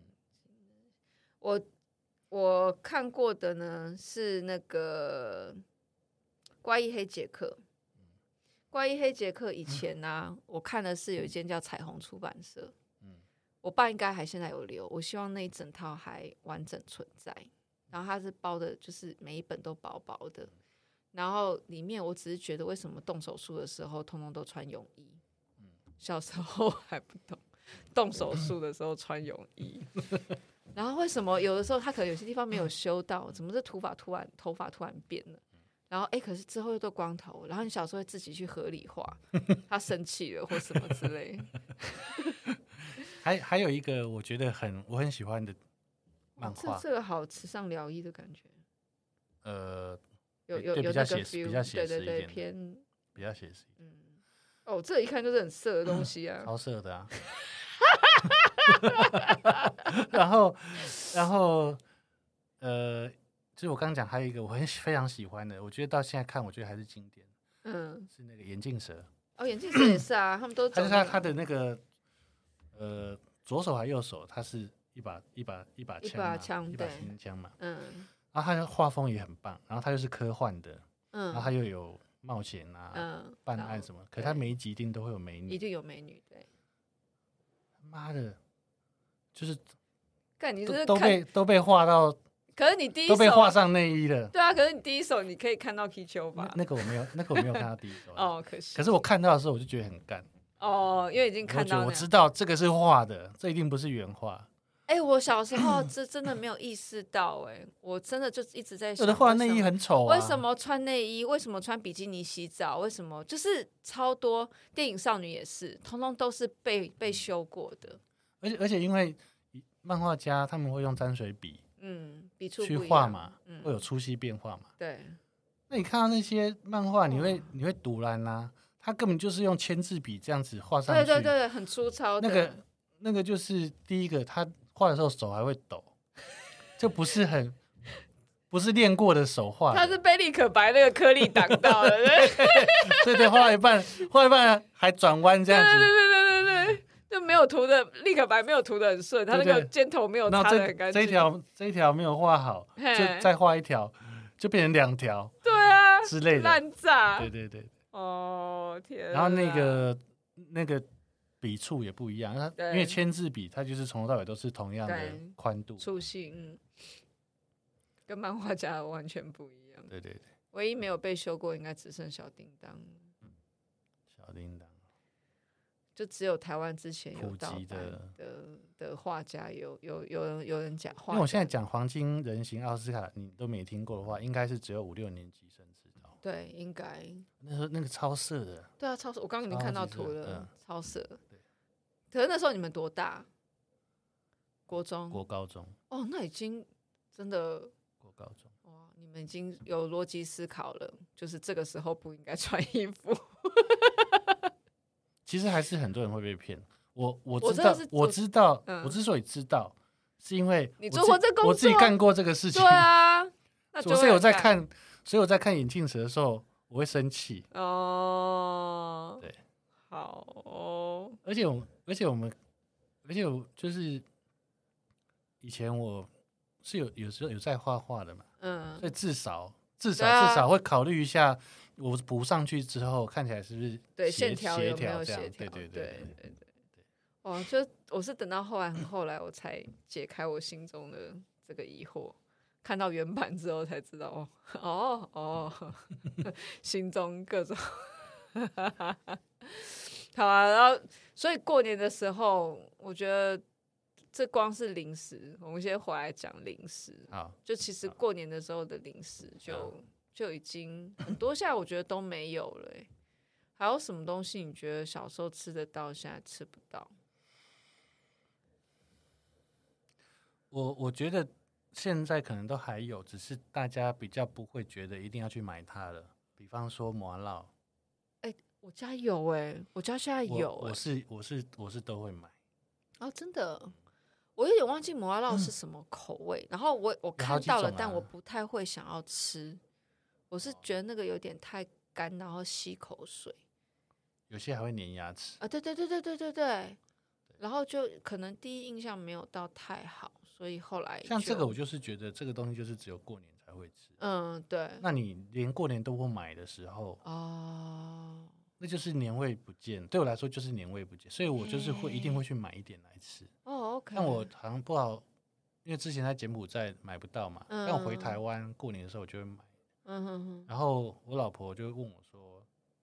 我我看过的呢是那个怪异黑杰克，怪异黑杰克以前呢、啊，我看的是有一间叫彩虹出版社，我爸应该还现在有留，我希望那一整套还完整存在。然后它是包的，就是每一本都薄薄的，然后里面我只是觉得为什么动手术的时候通通都穿泳衣，小时候还不懂，动手术的时候穿泳衣。然后为什么有的时候他可能有些地方没有修到，怎么这头发突然头发突然变了？然后哎，可是之后又都光头，然后你小时候会自己去合理化，他生气了或什么之类。 还还有一个我觉得很我很喜欢的漫画， 这这个好时尚疗愈的感觉。 呃， 有有有有那个 feel， 比较写实一点， 对对对，偏比较写实。 嗯哦，这一看就是很色的东西啊， 超色的啊。然后，然后，呃，就是我刚刚讲还有一个我很非常喜欢的，我觉得到现在看，我觉得还是经典。嗯，是那个眼镜蛇。 哦，眼镜蛇也是啊，他们都走、那个。 他是他他的那个呃左手还右手，他是一把一把一把枪嘛，一把枪，一把轻枪嘛。嗯。然后他的画风也很棒，然后他又是科幻的，嗯，然后他又有冒险啊、嗯、办案什么，可是他每一集一定都会有美女， 一定有美女，对。 妈的，就是干你是都被都被画到。 可是你第一手都被画上内衣了。 对啊，可是你第一手你可以看到 K 秋吧？ 那, 那个我没有，那个我没有看到第一手。 哦，可惜。 可是我看到的时候，我就觉得很干。 哦，因为已经看到了。 我知道这个是画的，这一定不是原画。 哎、欸，我小时候这真的没有意识到、欸，哎，我真的就一直在想， 有的画内衣很丑啊。 为什么穿内衣？为什么穿比基尼洗澡？为什么就是超多电影少女也是，通通都是被被修过的。 而且而且因为漫画家他们会用沾水笔。 嗯，笔触去画嘛，嗯、会有粗细变化嘛。 对， 那你看到那些漫画，你会、哦、你会堵拦啊？他根本就是用签字笔这样子画上去， 对对对，很粗糙的。 那个那个就是第一个，他画的时候手还会抖，就不是很不是练过的手画。 他是被立可白那个颗粒挡到了， 对对，画一半画一半还转弯这样子。 对对对对对对。就没有涂的，立可白没有涂的很顺，他那个尖头没有擦的很干净。 这一条这一条没有画好，就再画一条，就变成两条。 对啊， 之类的烂炸。 对对对。 哦天。 然后那个那个笔触也不一样，因为签字笔它就是从头到尾都是同样的宽度、 粗细，嗯，跟漫画家完全不一样。 对对对。 唯一没有被修过，应该只剩小叮当。 小叮当。 就只有台湾之前有盗版的的的画家有有有人有人讲， 因为我现在讲黄金人形奥斯卡，你都没听过的话，应该是只有五六年级生知道。 对，应该那时候那个超色的。 对啊，超色！我刚刚已经看到图了，嗯、超色。对。可是那时候你们多大？国中、 国高中。 哦，那已经真的国高中。 哇，你们已经有逻辑思考了，就是这个时候不应该穿衣服。 其实还是很多人会被骗。我我知道，我, 我知道、嗯，我之所以知道，是因为你做过这工作， 我自己干过这个事情。 对啊，那所以我在看，所以我在看眼镜蛇的时候，我会生气。 哦， 对， 好哦。 而且我，而且我们，而且我就是以前我是有有时候有在画画的嘛，嗯，所以至少至少、啊、至少会考虑一下。我补上去之后，看起来是不是对线条有没有协调？对对对对对对。 哦，就我是等到后来很后来，我才解开我心中的这个疑惑。看到原版之后才知道，哦哦哦，心中各种好啊。然后，所以过年的时候，我觉得这光是零食，我们先回来讲零食。 好， 就其实过年的时候的零食就。就已经很多，现在我觉得都没有了、欸。还有什么东西你觉得小时候吃得到，现在吃不到？ 我我觉得现在可能都还有，只是大家比较不会觉得一定要去买它了。比方说麻辣， 哎、欸，我家有哎、欸，我家现在有、欸， 我, 我是我是我是都会买。 哦，真的，我有点忘记麻辣是什么口味，嗯、然后我我看到了、啊，但我不太会想要吃。我是觉得那个有点太干，然后吸口水， 有些还会粘牙齿啊！对对对对对对对，然后就可能第一印象没有到太好，所以后来像这个，我就是觉得这个东西就是只有过年才会吃。 嗯，对。 那你连过年都不买的时候，哦，那就是年味不见。对我来说就是年味不见，所以我就是会、欸、一定会去买一点来吃。 哦 ，OK。 但我好像不好，因为之前在柬埔寨买不到嘛，嗯、但我回台湾过年的时候我就会买。嗯哼哼，然后我老婆就问我说，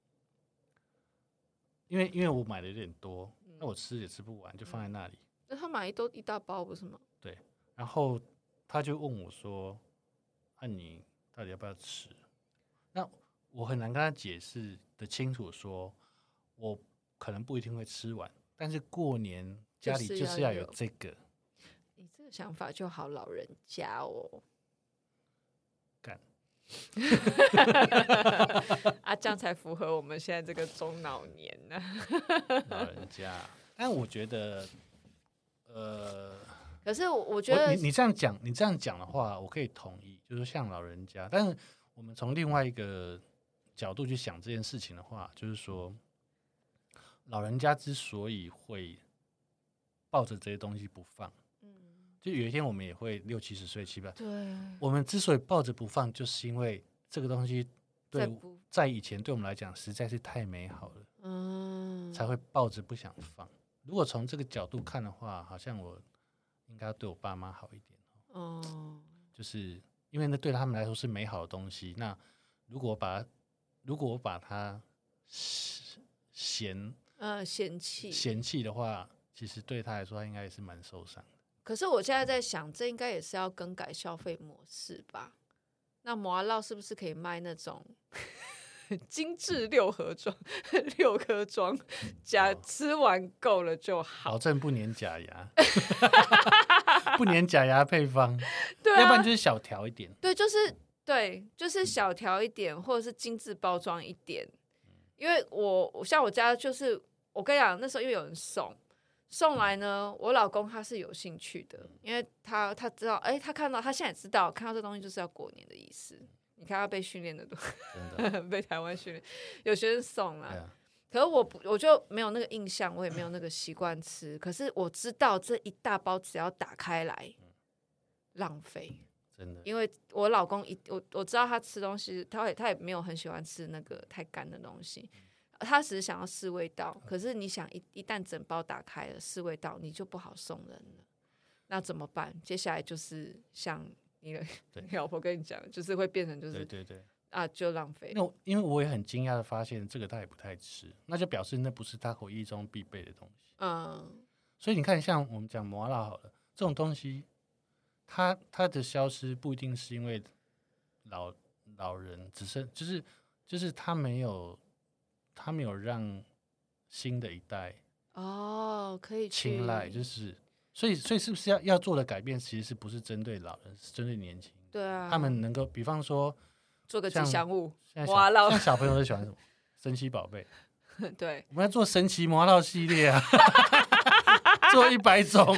因为因为我买的有点多，嗯、那我吃也吃不完，就放在那里。 那、嗯、他买一都一大包不是吗？ 对，然后他就问我说：“那、啊、你到底要不要吃？”那我很难跟他解释的清楚说，说我可能不一定会吃完，但是过年家里就是要有这个。 你这个想法就好老人家哦。 干。 啊，这样才符合我们现在这个中老年呢、 啊。老人家，但我觉得，呃， 可是我觉得你你这样讲，你这样讲的话，我可以同意，就是像老人家。但是我们从另外一个角度去想这件事情的话，就是说，老人家之所以会抱着这些东西不放，就有一天我们也会六七十岁、七八， 对， 我们之所以抱着不放，就是因为这个东西对不在以前对我们来讲实在是太美好了， 嗯， 才会抱着不想放。如果从这个角度看的话，好像我应该要对我爸妈好一点哦，就是因为那对他们来说是美好的东西。那如果我把它如果我把它嫌呃嫌弃嫌弃的话，其实对他来说，他应该也是蛮受伤的。 可是我现在在想，这应该也是要更改消费模式吧？那麻辣是不是可以卖那种精致六盒装、六颗装，假吃完够了就好， 保证不粘假牙，不粘假牙配方， 对啊， 要不然就是小条一点。 对，就是对，就是小条一点，或者是精致包装一点。因为我像我家就是，我跟你讲，那时候因为有人送。送来呢，我老公他是有兴趣的，因为他他知道，哎，他看到他现在也知道，看到这东西就是要过年的意思。你看他被训练的多，被台湾训练，有学生送啦。啊、可是我我就没有那个印象，我也没有那个习惯吃。可是我知道这一大包只要打开来，浪费。 真的， 因为我老公一我我知道他吃东西，他也他也没有很喜欢吃那个太干的东西。他只是想要试味道，可是你想一一旦整包打开了试味道，你就不好送人了。那怎么办？接下来就是像你的你老婆跟你讲，就是会变成就是对对对啊，就浪费。 那因为我也很惊讶的发现，这个他也不太吃，那就表示那不是他回忆中必备的东西。嗯，所以你看，像我们讲麻辣好了，这种东西，它它的消失不一定是因为老老人只剩，就是就是他没有。他没有让新的一代哦可以青睐，就是所以所以是不是要要做的改变，其实是不是针对老人，是针对年轻？ 对啊， 他们能够，比方说做个吉祥物， 麻辣，像小朋友都喜欢什么神奇宝贝， 对， 我们要做神奇麻辣系列啊，做一百种，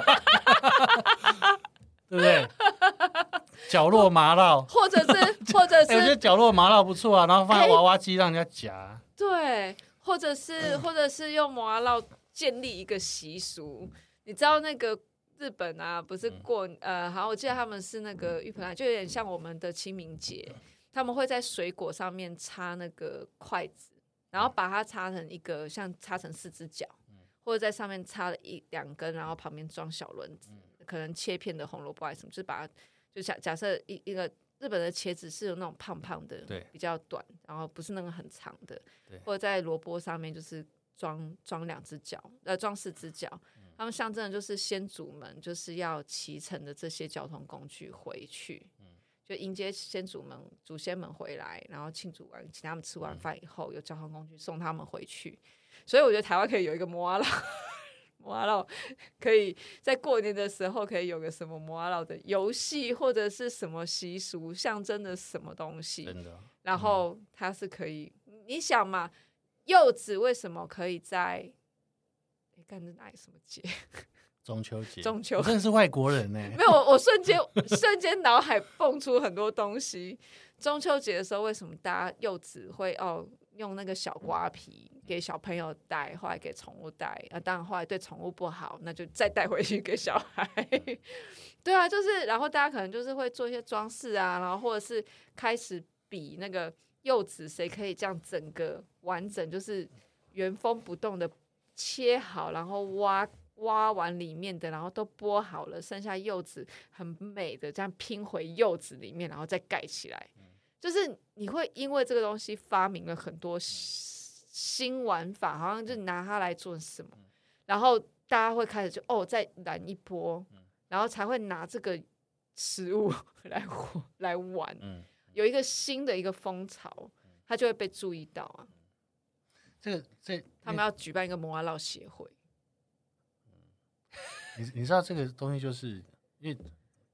对不对？角落麻辣， 或者是或者是、 欸，我觉得角落麻辣不错啊，然后放在娃娃机让人家夹。 对，或者是或者是用麻辣建立一个习俗，你知道那个日本啊，不是过、嗯、呃，好，我记得他们是那个盂盆节，就有点像我们的清明节，他们会在水果上面插那个筷子，然后把它插成一个像插成四只脚，或者在上面插了一两根，然后旁边装小轮子，可能切片的红萝卜还是什么，就是把它就假假设一一个。日本的茄子是有那种胖胖的，比较短，然后不是那个很长的，或者在萝卜上面就是装装两只脚，呃，装四只脚。嗯、他们象征的就是先祖们就是要骑乘的这些交通工具回去，嗯、就迎接先祖们、祖先们回来，然后庆祝完，请他们吃完饭以后，有交通工具送他们回去。所以我觉得台湾可以有一个麻辣。麻辣可以在过年的时候可以有个什么麻辣的游戏或者是什么习俗，象征的什么东西，真的。然后它是可以，嗯、你想嘛，柚子为什么可以在？你看这哪里什么节？ 中秋节。 中秋， 我真的是外国人呢。 没有，我我瞬间瞬间脑海蹦出很多东西。中秋节的时候，为什么大家柚子会哦？用那个小瓜皮给小朋友带，后来给宠物带啊，当然后来对宠物不好，那就再带回去给小孩。对啊，就是然后大家可能就是会做一些装饰啊，然后或者是开始比那个柚子谁可以这样整个完整，就是原封不动的切好，然后挖挖完里面的，然后都剥好了，剩下柚子很美的这样拼回柚子里面，然后再盖起来。就是你会因为这个东西发明了很多新玩法，好像就拿它来做什么，然后大家会开始就哦再来一波，然后才会拿这个食物来来玩，有一个新的一个风潮，它就会被注意到啊。 这个这他们要举办一个麻辣协会。 你你知道这个东西就是因为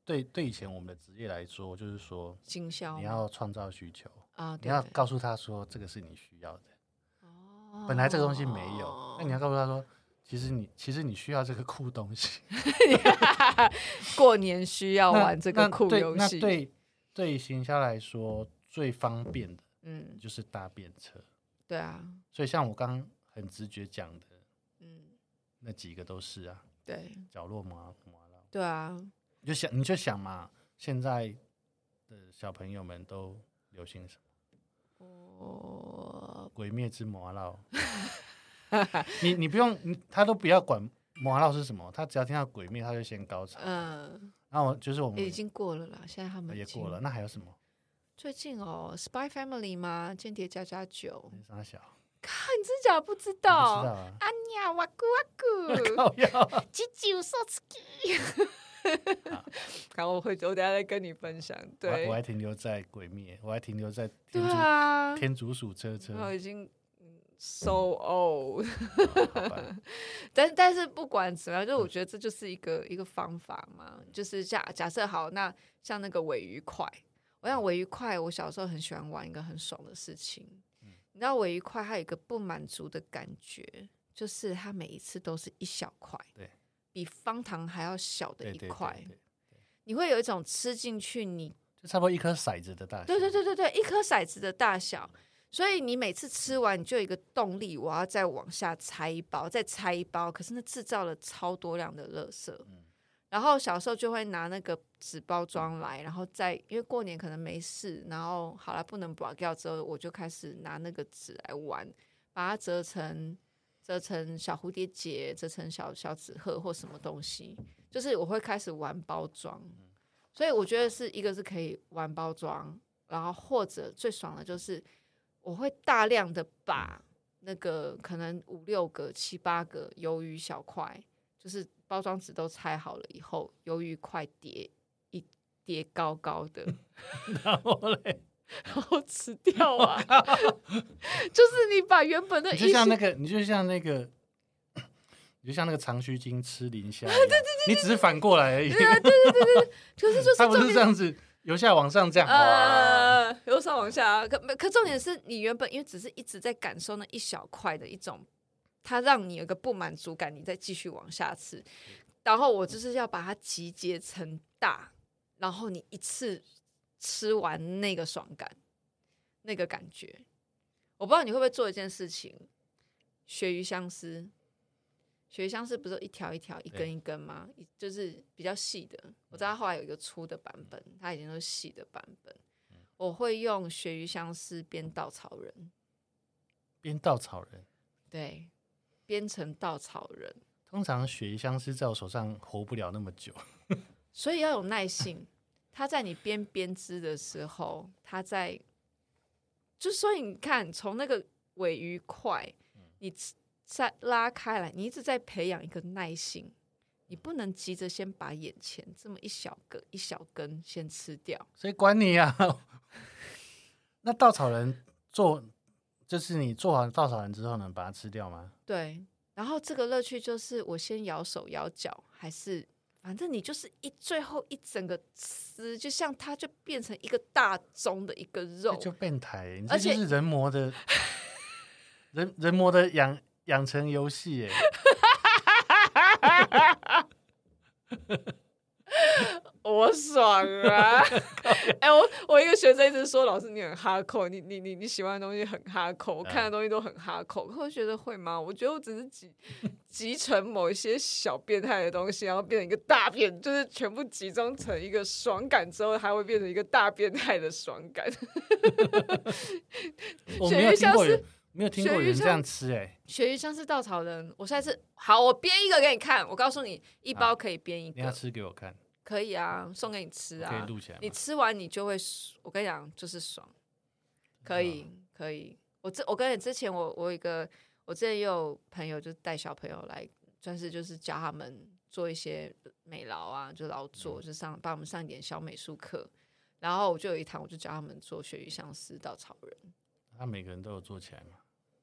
对对以前我们的职业来说，就是说行销你要创造需求啊， 你要告诉他说这个是你需要的。 哦， 本来这个东西没有，那你要告诉他说，其实你其实你需要这个酷东西。 过年需要玩这个酷游戏。 那对对行销来说最方便的， 嗯， 就是搭便车。 对啊， 所以像我刚刚很直觉讲的， 嗯， 那几个都是啊。 对， 角落麻麻辣。 对啊， 你就想你就想嘛，现在的小朋友们都流行什么？哦，鬼灭之麻辣。你你不用你他都不要管麻辣是什么，他只要听到鬼灭他就先高潮。嗯，然后就是我们、 欸、已经过了啦，现在他们也过了。那还有什么？ 最近哦 ，Spy Family 吗？间谍加加酒。 傻小。 看你真假不知道？ 不知道啊。 安呀，哇咕哇咕。 靠腰。 鸡酒寿司鸡。然后我会，我等下再跟你分享。对， 我, 我还停留在鬼灭，我还停留在天竺、 啊、 天竺鼠车车。 我已经 so old 。但但是不管怎么样，就我觉得这就是一个一个方法嘛。就是假假设好，那像那个尾鱼块，我想尾鱼块，我小时候很喜欢玩一个很爽的事情。嗯、你知道尾鱼块它有一个不满足的感觉，就是它每一次都是一小块， 对， 比方糖还要小的一块。 对对对对， 你会有一种吃进去你就差不多一颗骰子的大小。 对对对对对，一颗骰子的大小。所以你每次吃完，你就有一个动力，我要再往下拆一包，再拆一包。可是那制造了超多量的垃圾。嗯、然后小时候就会拿那个纸包装来，然后再因为过年可能没事，然后好了不能拔掉之后，我就开始拿那个纸来玩，把它折成折成小蝴蝶结，折成小小纸鹤或什么东西，就是我会开始玩包装。所以我觉得是一个是可以玩包装，然后或者最爽的就是我会大量的把那个可能五六个七八个鱿鱼小块，就是包装纸都拆好了以后，鱿鱼块叠一叠高高的， 然后嘞， 然后吃掉啊。就是你把原本的你就像那个，你就像那个。你就像那个长须鲸吃磷虾一样， 对对对对， 你只是反过来而已。 对啊，对对对对，可是就是它不是这样子由下往上这样， 呃，由上往下。可可重点是你原本因为只是一直在感受那一小块的一种，它让你有个不满足感，你再继续往下吃。然后我就是要把它集结成大，然后你一次吃完那个爽感，那个感觉。我不知道你会不会做一件事情，鳕鱼香丝。鳕鱼香丝不是一条一条一根一根吗？就是比较细的。我知道后来有一个粗的版本，它已经都是细的版本。我会用鳕鱼香丝编稻草人， 编稻草人， 对，编成稻草人。 通常鳕鱼香丝在我手上活不了那么久， 所以要有耐性。它在你编编织的时候，它在，就所以你看，从那个尾鱼块，你再拉开来，你一直在培养一个耐性，你不能急着先把眼前这么一小个一小根先吃掉。 所以管你啊。那稻草人做，就是你做完稻草人之后呢，把它吃掉吗？ 对，然后这个乐趣就是我先摇手摇脚，还是反正你就是一最后一整个吃，就像它就变成一个大盅的一个肉， 这就变态，你这就是人魔的人人魔的养。养成游戏耶。 我爽啊！哎、欸，我我一个学生一直说老师你很哈扣，你你你你喜欢的东西很哈扣，我看的东西都很哈扣。可我觉得会吗？我觉得我只是集集成某一些小变态的东西，然后变成一个大变，就是全部集中成一个爽感之后，还会变成一个大变态的爽感。 我没有听过人。没有听过有人这样吃哎、欸， 鳕鱼香丝稻草人，我下次好，我编一个给你看。我告诉你，一包可以编一个。 你要吃给我看？ 可以啊，送给你吃啊。 可以录起来。 你吃完你就会，我跟你讲，就是爽。可以，嗯、可以。我这我跟你之前我我有一个，我之前也有朋友就带小朋友来，算是就是教他们做一些美劳啊，就劳作，嗯、就上帮我们上一点小美术课。然后我就有一堂，我就教他们做鳕鱼香丝稻草人。 他每个人都有做起来吗？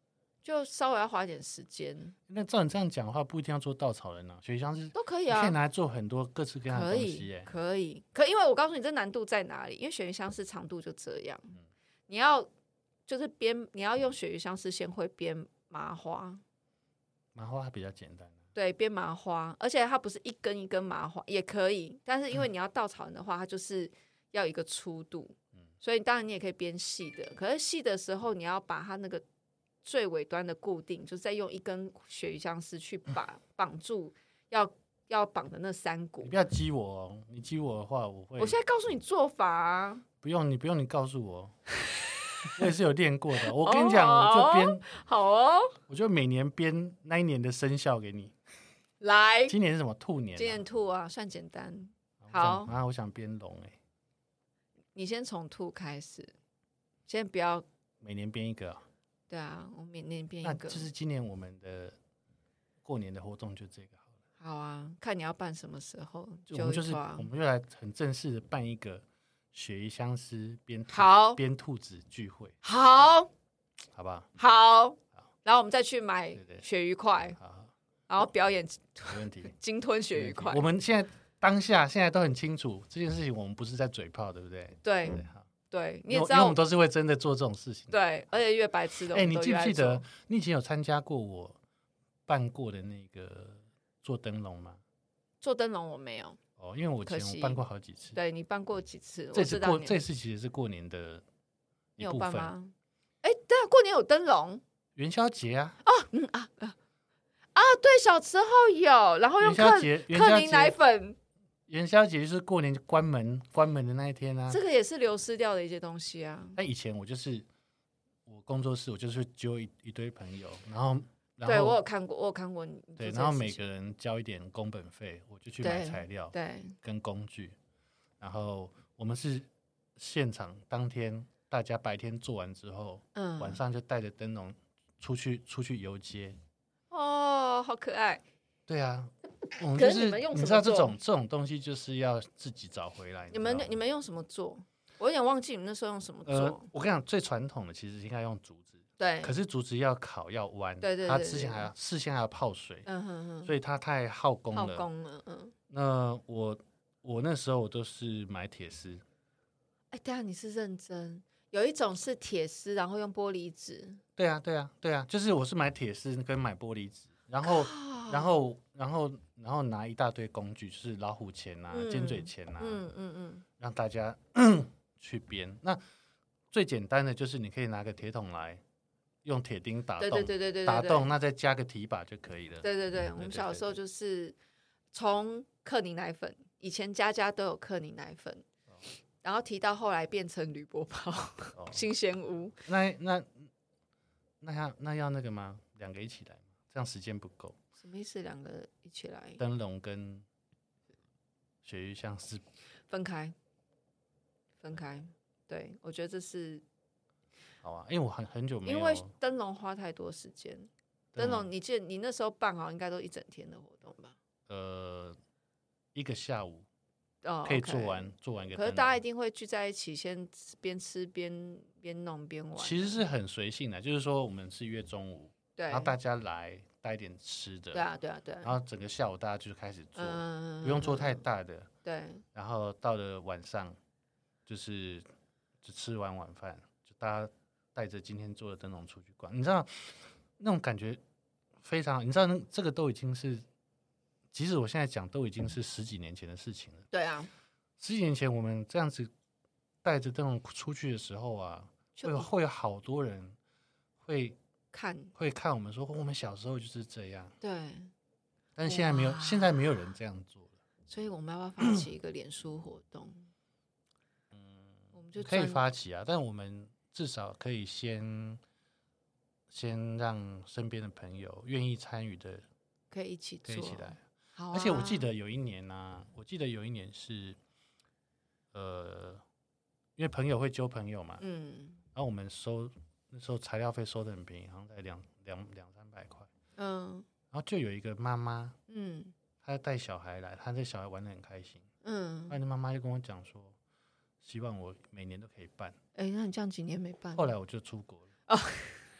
就稍微要花一点时间。 那照你这样讲的话，不一定要做稻草人啊，雪鱼香是都可以啊， 可以拿来做很多各式各样的东西耶、 可以，可以，可因为我告诉你这难度在哪里，因为鳕鱼香丝长度就这样，嗯、你要就是编，你要用鳕鱼香丝先会编麻花， 麻花比较简单、啊， 对，编麻花，而且它不是一根一根麻花也可以，但是因为你要稻草人的话，它就是要一个粗度，嗯、所以当然你也可以编细的，可是细的时候你要把它那个最尾端的固定，就是再用一根鳕鱼香丝去把绑住要要绑的那三股。 你不要激我哦，你激我的话，我会。 我现在告诉你做法啊。 不用，你不用，你告诉我，我也是有练过的。我跟你讲，我就编好哦， 我就每年编那一年的生肖给你。 来， 今年是什么？兔年、啊。 今年兔啊，算简单。 好，然后我想编龙哎、欸。 你先从兔开始，先不要每年编一个、啊。 对啊，我每年编一个。 那就是今年我们的过年的活动就这个好了。 好啊，看你要办什么时候。 就我们就是我们就来很正式的办一个鳕鱼香丝编好编兔子聚会。 好， 好不好？ 好。然后我们再去买鳕鱼块，然后表演没问题， 鲸吞鳕鱼块。 我们现在当下现在都很清楚这件事情，我们不是在嘴炮，对不对？ 对。 对对，你也知道， 因为我们都是会真的做这种事情。 对，而且越白痴的，哎、 欸，你记不记得你以前有参加过我办过的那个做灯笼吗？ 做灯笼我没有哦，因为我以前我办过好几次。 对，你办过几次？ 这次过这次其实是过年的一部分。 你有办吗？哎、欸，对啊，过年有灯笼， 元宵节啊。 哦，嗯啊啊啊，对，小时候有，然后用克克宁奶粉。 元宵节就是过年关门关门的那一天啊， 这个也是流失掉的一些东西啊。 那以前我就是我工作室，我就是揪 一, 一堆朋友，然后然后对我有看过，我有看过你对，然后每个人交一点工本费，我就去买材料， 对， 跟工具，然后我们是现场当天大家白天做完之后，嗯，晚上就带着灯笼出去出去游街。 哦，好可爱。 对啊。我们就是你知道这种这种东西就是要自己找回来。 你们你们用什么做？我有点忘记你们那时候用什么做。 呃、我跟你讲，最传统的其实应该用竹子。 对。 可是竹子要烤要弯， 对对对， 它之前还要事先还要泡水， 嗯哼哼， 所以它太耗工了。 耗工了，嗯。 那我我那时候我都是买铁丝。 哎，对啊，你是认真。有一种是铁丝，然后用玻璃纸。 对啊，对啊，对啊，就是我是买铁丝跟买玻璃纸，然后。然后，然后，然后拿一大堆工具，就是老虎钳啊、嗯、尖嘴钳啊，嗯嗯嗯，让大家去编。那最简单的就是你可以拿个铁桶来，用铁钉打洞， 对对对对打洞，那再加个提把就可以了。 对对对，我们小时候就是从克宁奶粉，以前家家都有克宁奶粉，哦、然后提到后来变成铝箔包、哦、新鲜屋。 那那那要那要那个吗？两个一起来吗？这样时间不够。 什么意思？两个一起来？ 灯笼跟鳕鱼香丝分开，分开。对，我觉得这是好啊，因为我很很久没有， 因为灯笼花太多时间。灯笼，你记得你那时候办好，应该都一整天的活动吧？ 呃，一个下午哦， 可以做完、okay、做完一个。 可是大家一定会聚在一起，先边吃边边弄边玩。 其实是很随性的，就是说我们是约中午， 对， 然后大家来。带一点吃的， 对啊，对啊，对啊。 然后整个下午大家就开始做， 嗯、 不用做太大的。 对。 然后到了晚上，就是就吃完晚饭，就大家带着今天做的灯笼出去逛。你知道那种感觉非常，你知道那这个都已经是，即使我现在讲都已经是十几年前的事情了。 对啊， 十几年前我们这样子带着灯笼出去的时候啊，会有会有好多人会。 看会看我们说，我们小时候就是这样， 对， 但是现在没有，现在没有人这样做了， 所以我们要不要发起一个脸书活动？ 嗯， 我们就可以发起啊，但我们至少可以先先让身边的朋友愿意参与的， 可以一起做， 可以一起来。 好啊， 而且我记得有一年啊，我记得有一年是，呃，因为朋友会揪朋友嘛，嗯，然后我们收。那时候材料费收的很便宜，好像才两两两三百块。嗯，然后就有一个妈妈，嗯，她带小孩来，她这小孩玩得很开心。嗯，那妈妈就跟我讲说，希望我每年都可以办。 哎、欸，那你这样几年没办？ 后来我就出国了。哦，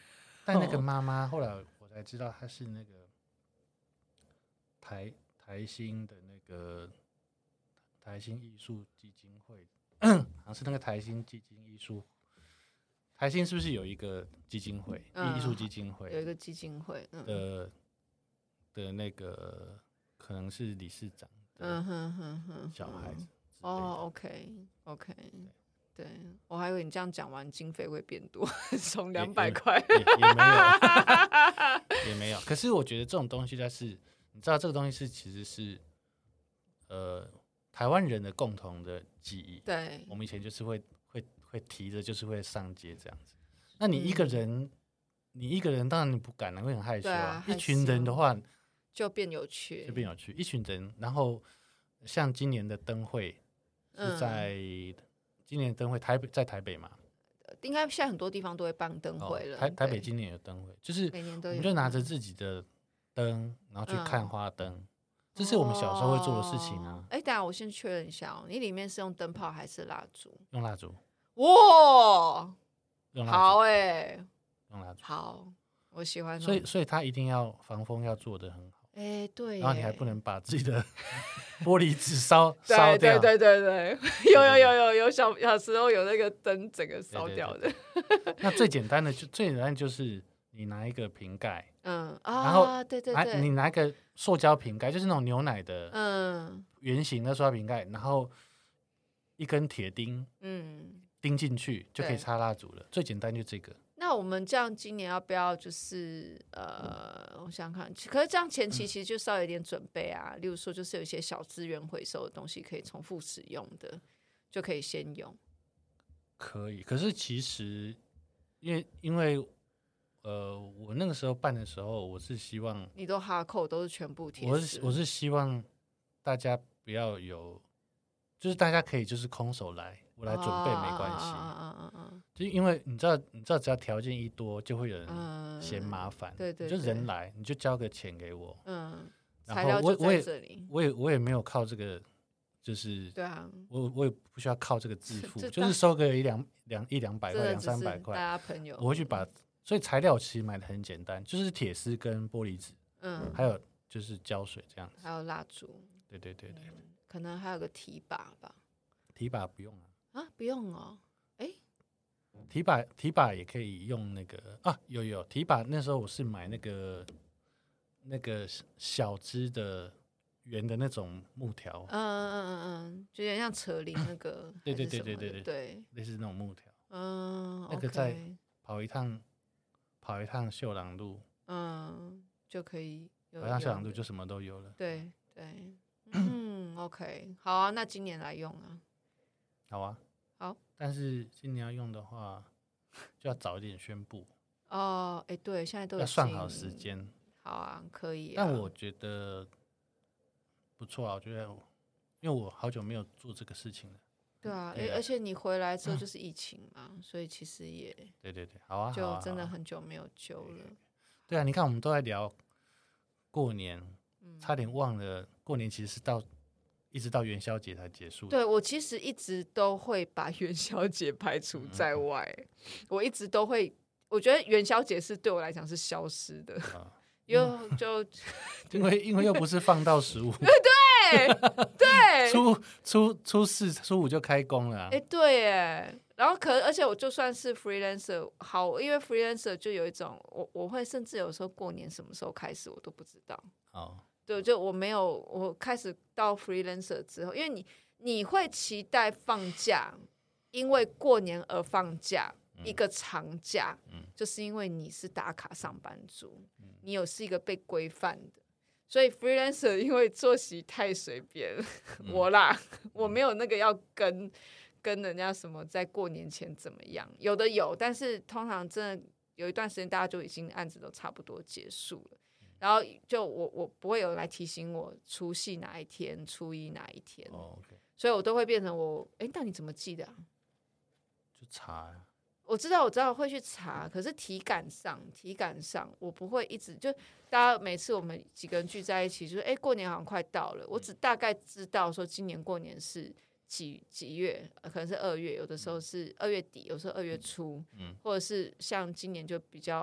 但那个妈妈后来我才知道她是那个台台新的那个台新艺术基金会，好像是那个台新基金艺术。台新是不是有一个基金会，艺术、嗯、基金会？ 有一个基金会的、 嗯、的那个可能是理事长的小孩子。哦 ，OK OK， 对, 對我还以为你这样讲完经费会变多，从两百块也, 也, 也没有，也没有。可是我觉得这种东西，它是你知道，这个东西是其实是呃台湾人的共同的记忆。 对， 我们以前就是会。会提着就是会上街这样子，那你一个人，嗯、你一个人当然你不敢了，会很害羞啊。啊一群人的话就变有趣， 就变有趣。一群人，然后像今年的灯会是在、嗯、今年的灯会台北在台北嘛， 应该现在很多地方都会办灯会了。 哦、台台北今年有灯会，就是每年都有， 我们就拿着自己的灯，然后去看花灯。嗯这是我们小时候会做的事情啊。 哎、哦，等一下我先确认一下哦，你里面是用灯泡还是蜡烛？ 用蜡烛。 哇， 用好哎、欸， 用蜡烛， 好，我喜欢。 所以，所以它一定要防风要做得很好。 哎、欸，对。 然后你还不能把自己的玻璃纸烧烧掉。 对对对对对，有有有有有小小时候有那个灯整个烧掉的。 对对对那最简单的就最简单就是你拿一个瓶盖， 嗯啊， 然后对对对， 你拿一个塑胶瓶盖，就是那种牛奶的， 嗯， 圆形的塑胶瓶盖，然后一根铁钉，嗯。钉进去就可以插蜡烛了，最简单就这个。 那我们这样今年要不要就是呃，我想想看，可是这样前期其实就稍微有点准备啊，嗯、例如说就是有一些小资源回收的东西可以重复使用的，就可以先用。 可以，可是其实因为因为呃，我那个时候办的时候，我是希望你都哈扣都是全部贴， 我是我是希望大家不要有，就是大家可以就是空手来。我来准备没关系， 啊啊、 就因为你知道，你知道只要条件一多，就会有人嫌麻烦、嗯。对对对，你就人来，你就交个钱给我，嗯， 材料就在这里。 我也我也没有靠这个，就是对啊， 我我也不需要靠这个致富，就是收个一两两一两百块、两三百块， 大家朋友， 我会去把。所以材料其实买的很简单，就是铁丝跟玻璃纸，嗯，还有就是胶水这样子， 还有蜡烛。 对对对对、嗯， 可能还有个提把吧。 提把不用啊。 啊，不用哦，哎， 提把提把也可以用那个啊，有有提把，那时候我是买那个那个小只的圆的那种木条， 嗯嗯嗯嗯，就有点像扯铃那个， 对对对对对对对， 类似那种木条， 嗯， 那个在跑一趟跑一趟秀朗路， 嗯，就可以有跑一趟秀朗路就什么都有了， 对对，嗯，OK， 好啊，那今年来用啊， 好啊。 好， 但是今年要用的话，就要早一点宣布哦。哎，对，现在都要算好时间。 好啊，可以、啊。 但我觉得不错啊，我觉得，因为我好久没有做这个事情了。 对啊，对啊而且你回来之后就是疫情嘛，嗯、所以其实也对对对，好啊， 就真的很久没有揪了。 对啊，你看我们都在聊过年，嗯、差点忘了过年其实是到。一直到元宵节才结束。 对，我其实一直都会把元宵节排除在外，嗯、我一直都会，我觉得元宵节是对我来讲是消失的，啊、又就因为因为又不是放到十五， 对对， 初初初四初五就开工了，啊。 哎，对哎，然后可而且我就算是 freelancer， 好，因为 freelancer 就有一种我我会甚至有时候过年什么时候开始我都不知道。哦。对，就我没有，我开始到 freelancer 之后，因为你你会期待放假，因为过年而放假，嗯、一个长假，嗯、就是因为你是打卡上班族，嗯、你有是一个被规范的，所以 freelancer 因为作息太随便，嗯、我啦，我没有那个要跟跟人家什么在过年前怎么样，有的有，但是通常真的有一段时间大家就已经案子都差不多结束了。然后就我我不会有人来提醒我除夕哪一天，初一哪一天， oh, okay. 所以我都会变成我，哎，那你怎么记得啊？ 就查呀。 我知道，我知道会去查，可是体感上，体感上我不会一直就大家每次我们几个人聚在一起，就是哎，过年好像快到了，我只大概知道说今年过年是几几月，可能是二月，有的时候是二月底，有时候二月初，嗯，或者是像今年就比较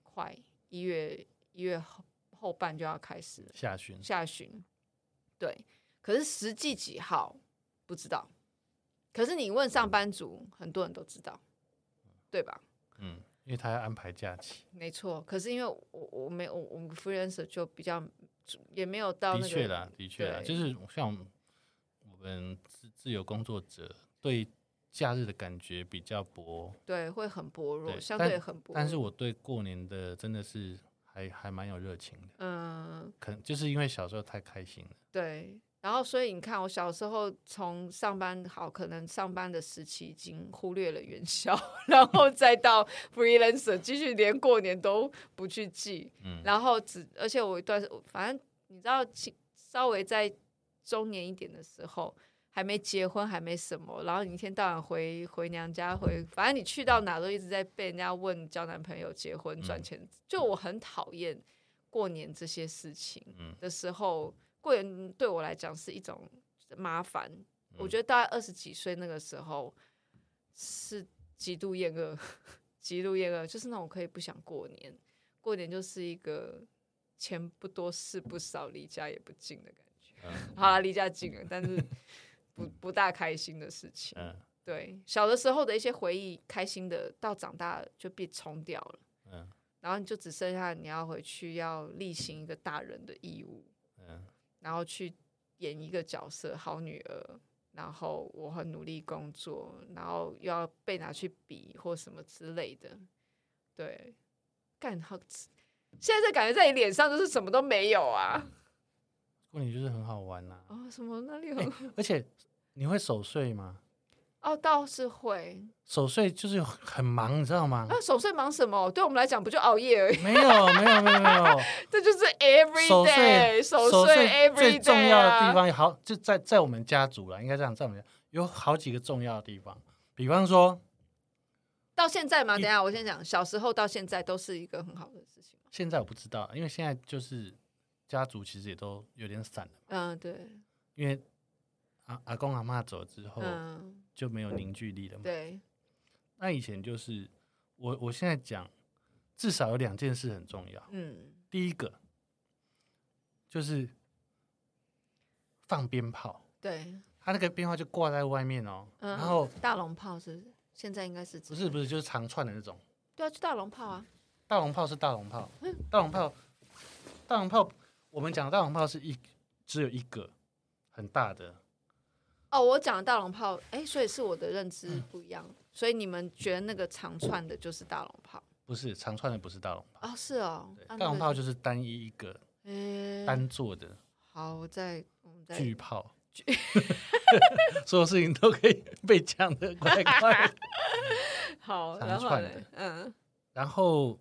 快，一月一月后后半就要开始了， 下旬下旬，对。可是实际几号不知道，可是你问上班族，很多人都知道，对吧？ 嗯，因为他要安排假期， 没错。可是因为我我没有我们 freelancer 就比较也没有到那个， 的确啦，的确啦，就是像我们自自由工作者对假日的感觉比较薄， 对，会很薄弱， 对相对很薄弱。 但是我对过年的真的是还还蛮有热情的， 嗯， 可能就是因为小时候太开心了， 对。然后，所以你看，我小时候从上班好，可能上班的时期已经忽略了元宵，然后再到 freelancer， 继续连过年都不去记。嗯，然后只而且我一段，反正你知道，稍微在中年一点的时候，还没结婚，还没什么，然后你一天到晚回回娘家，回反正你去到哪都一直在被人家问交男朋友、结婚、赚钱。嗯、就我很讨厌过年这些事情的时候。过年对我来讲是一种麻烦，嗯、我觉得大概二十几岁那个时候是极度厌恶，极度厌恶，就是那种可以不想过年，过年就是一个钱不多事不少，离家也不近的感觉。嗯、好啦，离家近了，但是不不大开心的事情。嗯、对，小的时候的一些回忆，开心的，到长大就被冲掉了。嗯、然后你就只剩下你要回去要履行一个大人的义务。嗯、然后去演一个角色，好女儿，然后我很努力工作，然后又要被拿去比或什么之类的，对，干好，现在这感觉在你脸上就是什么都没有啊。 过年就是很好玩呐、 啊。哦，什么那里很、 欸，而且你会守岁吗？ 哦，倒是会。 守岁就是很忙，你知道吗？ 啊，守岁忙什么？对我们来讲不就熬夜而已？ 没有，没有，没有，没有， 这就是 every day 守岁 every day 最重要的地方好就在在我们家族了，应该这样，在我们家有好几个重要的地方，比方说到现在嘛，等一下我先讲，小时候到现在都是一个很好的事情。 现在我不知道，因为现在就是家族其实也都有点散了。 嗯，对， 因为阿阿公阿嬷走之后，嗯，就没有凝聚力了嘛。 对。 那以前就是我，我现在讲，至少有两件事很重要。嗯，第一个就是放鞭炮。 对， 他那个鞭炮就挂在外面哦， 嗯、 然后大龙炮是现在应该是不是不是就是长串的那种。 对啊，就大龙炮啊。 大龙炮是大龙炮，嗯、大龙炮，大龙炮，我们讲的大龙炮是一只有一个很大的。 哦，我讲的大龙炮，哎，所以是我的认知不一样，嗯、所以你们觉得那个长串的就是大龙炮？ 不是，长串的不是大龙炮。 哦，是哦， 大龙炮就是单一一个，欸、单做的。 好，我再我们再巨炮，所有事情都可以被讲得快快的。 好， 长串的，嗯，然后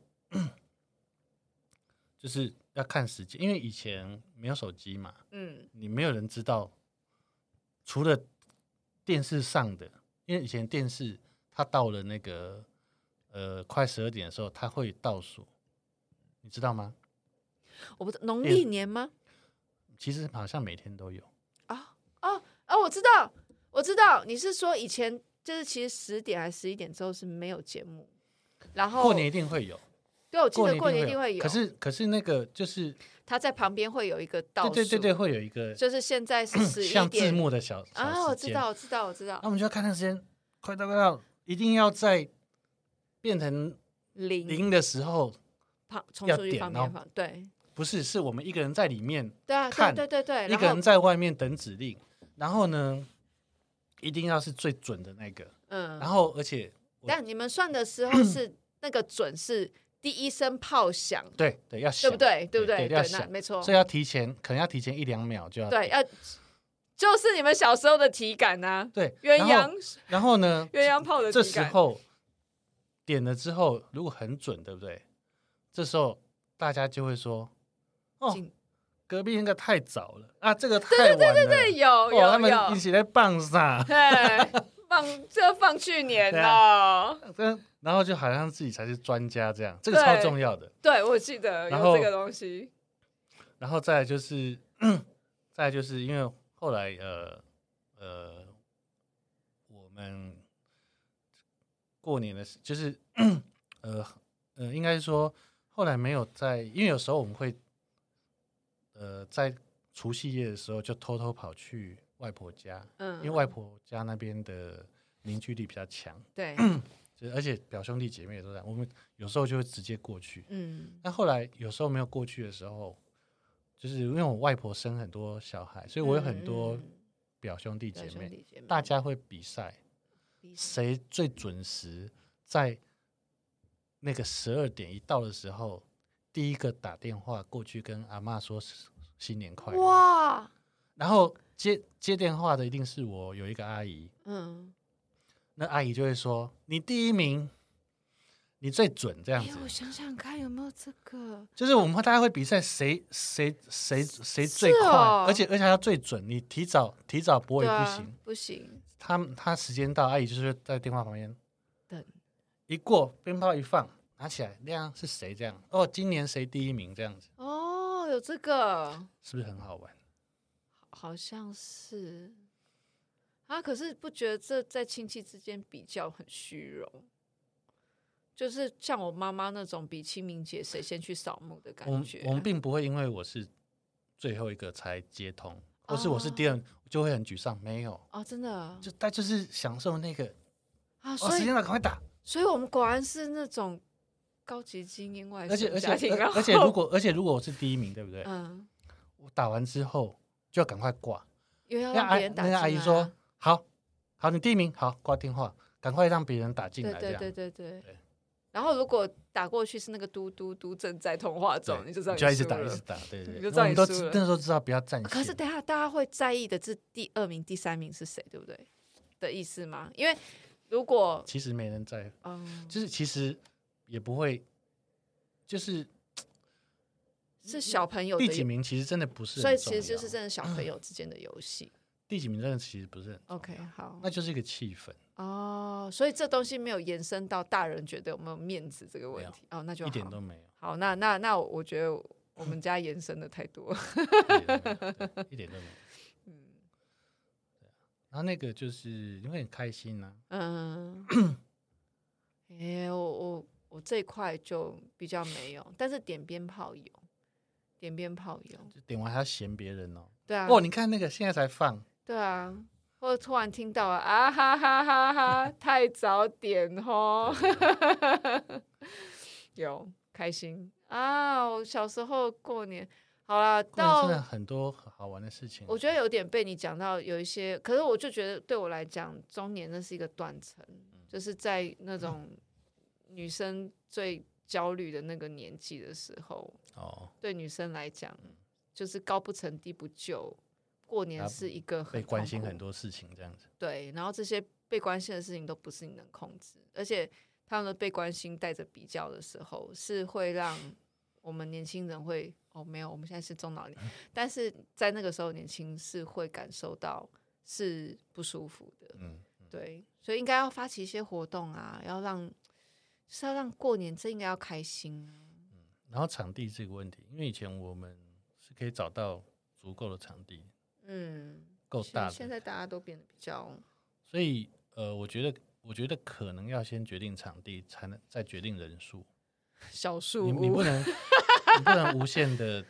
就是要看时间，因为以前没有手机嘛，嗯，你没有人知道。除了电视上的，因为以前电视它到了那个呃快十二点的时候，它会倒数，你知道吗？ 我不知道农历年吗？ 其实好像每天都有。 啊哦哦，我知道，我知道，你是说以前就是其实十点还是十一点之后是没有节目，然后过年一定会有。 对，我记得过年一定会有。 可是可是那个就是他在旁边会有一个倒数， 对对对对，会有一个， 就是现在是十一点， 像字幕的小啊，我知道我知道我知道。 那我们就要看那个时间，快到快到，一定要在变成零零的时候， 要点，然后对， 不是，是我们一个人在里面对啊， 看， 对对对对， 一个人在外面等指令，然后呢，一定要是最准的那个，嗯，然后而且， 但你们算的时候是那个准是。第一声炮响， 对对，要响， 对不对？对不对？ 对，要响， 没错。 所以要提前，可能要提前一两秒就要。 对，要就是你们小时候的体感啊。 对， 鸳鸯。 然后呢？ 鸳鸯炮的体感。这时候点了之后，如果很准，对不对？这时候大家就会说：“哦，隔壁那个太早了啊，这个太晚了。” 对对对对，有有有， 他们一起在放啥？ 对，放这放去年了。 然后就好像自己才是专家这样，这个超重要的。 对，我记得有这个东西。 然后再来就是，再来就是因为后来呃呃，我们过年的就是呃呃，应该是说后来没有在，因为有时候我们会，呃，在除夕夜的时候就偷偷跑去外婆家，嗯，因为外婆家那边的凝聚力比较强， 对， 而且表兄弟姐妹都在，我们有时候就会直接过去。 嗯， 但后来有时候没有过去的时候，就是因为我外婆生很多小孩，所以我有很多表兄弟姐妹，嗯嗯、大家会比赛，谁最准时在那个十二点一到的时候，第一个打电话过去跟阿嬷说新年快乐。哇！然后接接电话的一定是我有一个阿姨，嗯。那阿姨就会说：“你第一名，你最准。”这样子。 欸、我想想看有没有这个， 就是我们大家会比赛谁谁谁谁最快，哦、而且而且还要最准。你提早提早不会不行，啊、 不行。 他他时间到，阿姨就是在电话旁边等， 一过鞭炮一放，拿起来亮是谁这样？哦，今年谁第一名这样子？ 哦，有这个， 是不是很好玩？ 好像是。啊！可是不觉得这在亲戚之间比较很虚荣，就是像我妈妈那种比清明节谁先去扫墓的感觉。 我 们, 我们并不会因为我是最后一个才接通，或是我是第二，哦、就会很沮丧。没有哦，真的， 就他就是享受那个啊， 所以、哦、时间到赶快打。 所以我们果然是那种高级精英外省家庭，而且而且如果而且如果我是第一名，对不对？嗯，我打完之后就要赶快挂， 因为要让别人打进来、啊。 那个阿姨说。好，好，你第一名，好，挂电话，赶快让别人打进来， 对对对对 对, 对。然后如果打过去是那个嘟嘟嘟正在通话中，你就知道你就要一直打，一直打，对 对, 對。 你就知道你输了。我们都那时候知道不要占线。 可是等一下大家会在意的是第二名、第三名是谁，对不对？的意思吗？因为如果其实没人在乎，嗯，就是其实也不会，就是是小朋友的第几名，其实真的不是很重要， 所以其实就是真的小朋友之间的游戏。 第几名真的其实不是很 OK， 好， 那就是一个气氛哦，所以这东西没有延伸到大人觉得有没有面子这个问题哦，那就好一点都没有。 好，那那那我觉得我们家延伸的太多了， 一点都没有。嗯，然后那个就是因为很开心啊。嗯， 哎、欸，我我我这一块就比较没有，但是点鞭炮有，点鞭炮有， 就点完还要嫌别人哦。 对啊， 哦，你看那个现在才放。 对啊，或者突然听到啊哈哈哈哈，太早点哦，有开心啊！我小时候过年，好啦，到真的很多好玩的事情。 我觉得有点被你讲到有一些，可是我就觉得对我来讲，中年那是一个断层，嗯、就是在那种女生最焦虑的那个年纪的时候，哦，对女生来讲，就是高不成低不就。过年是一个很被关心很多事情这样子， 对，然后这些被关心的事情都不是你能控制，而且他们的被关心带着比较的时候，是会让我们年轻人会哦没有，我们现在是中老年，但是在那个时候年轻是会感受到是不舒服的，嗯，对，所以应该要发起一些活动啊，要让是要让过年这应该要开心啊， 嗯，然后场地这个问题，因为以前我们是可以找到足够的场地。 嗯， 够大的。 现在大家都变得比较， 所以呃，我觉得，我觉得可能要先决定场地，才能再决定人数。 小数你你不能，你不能无限的，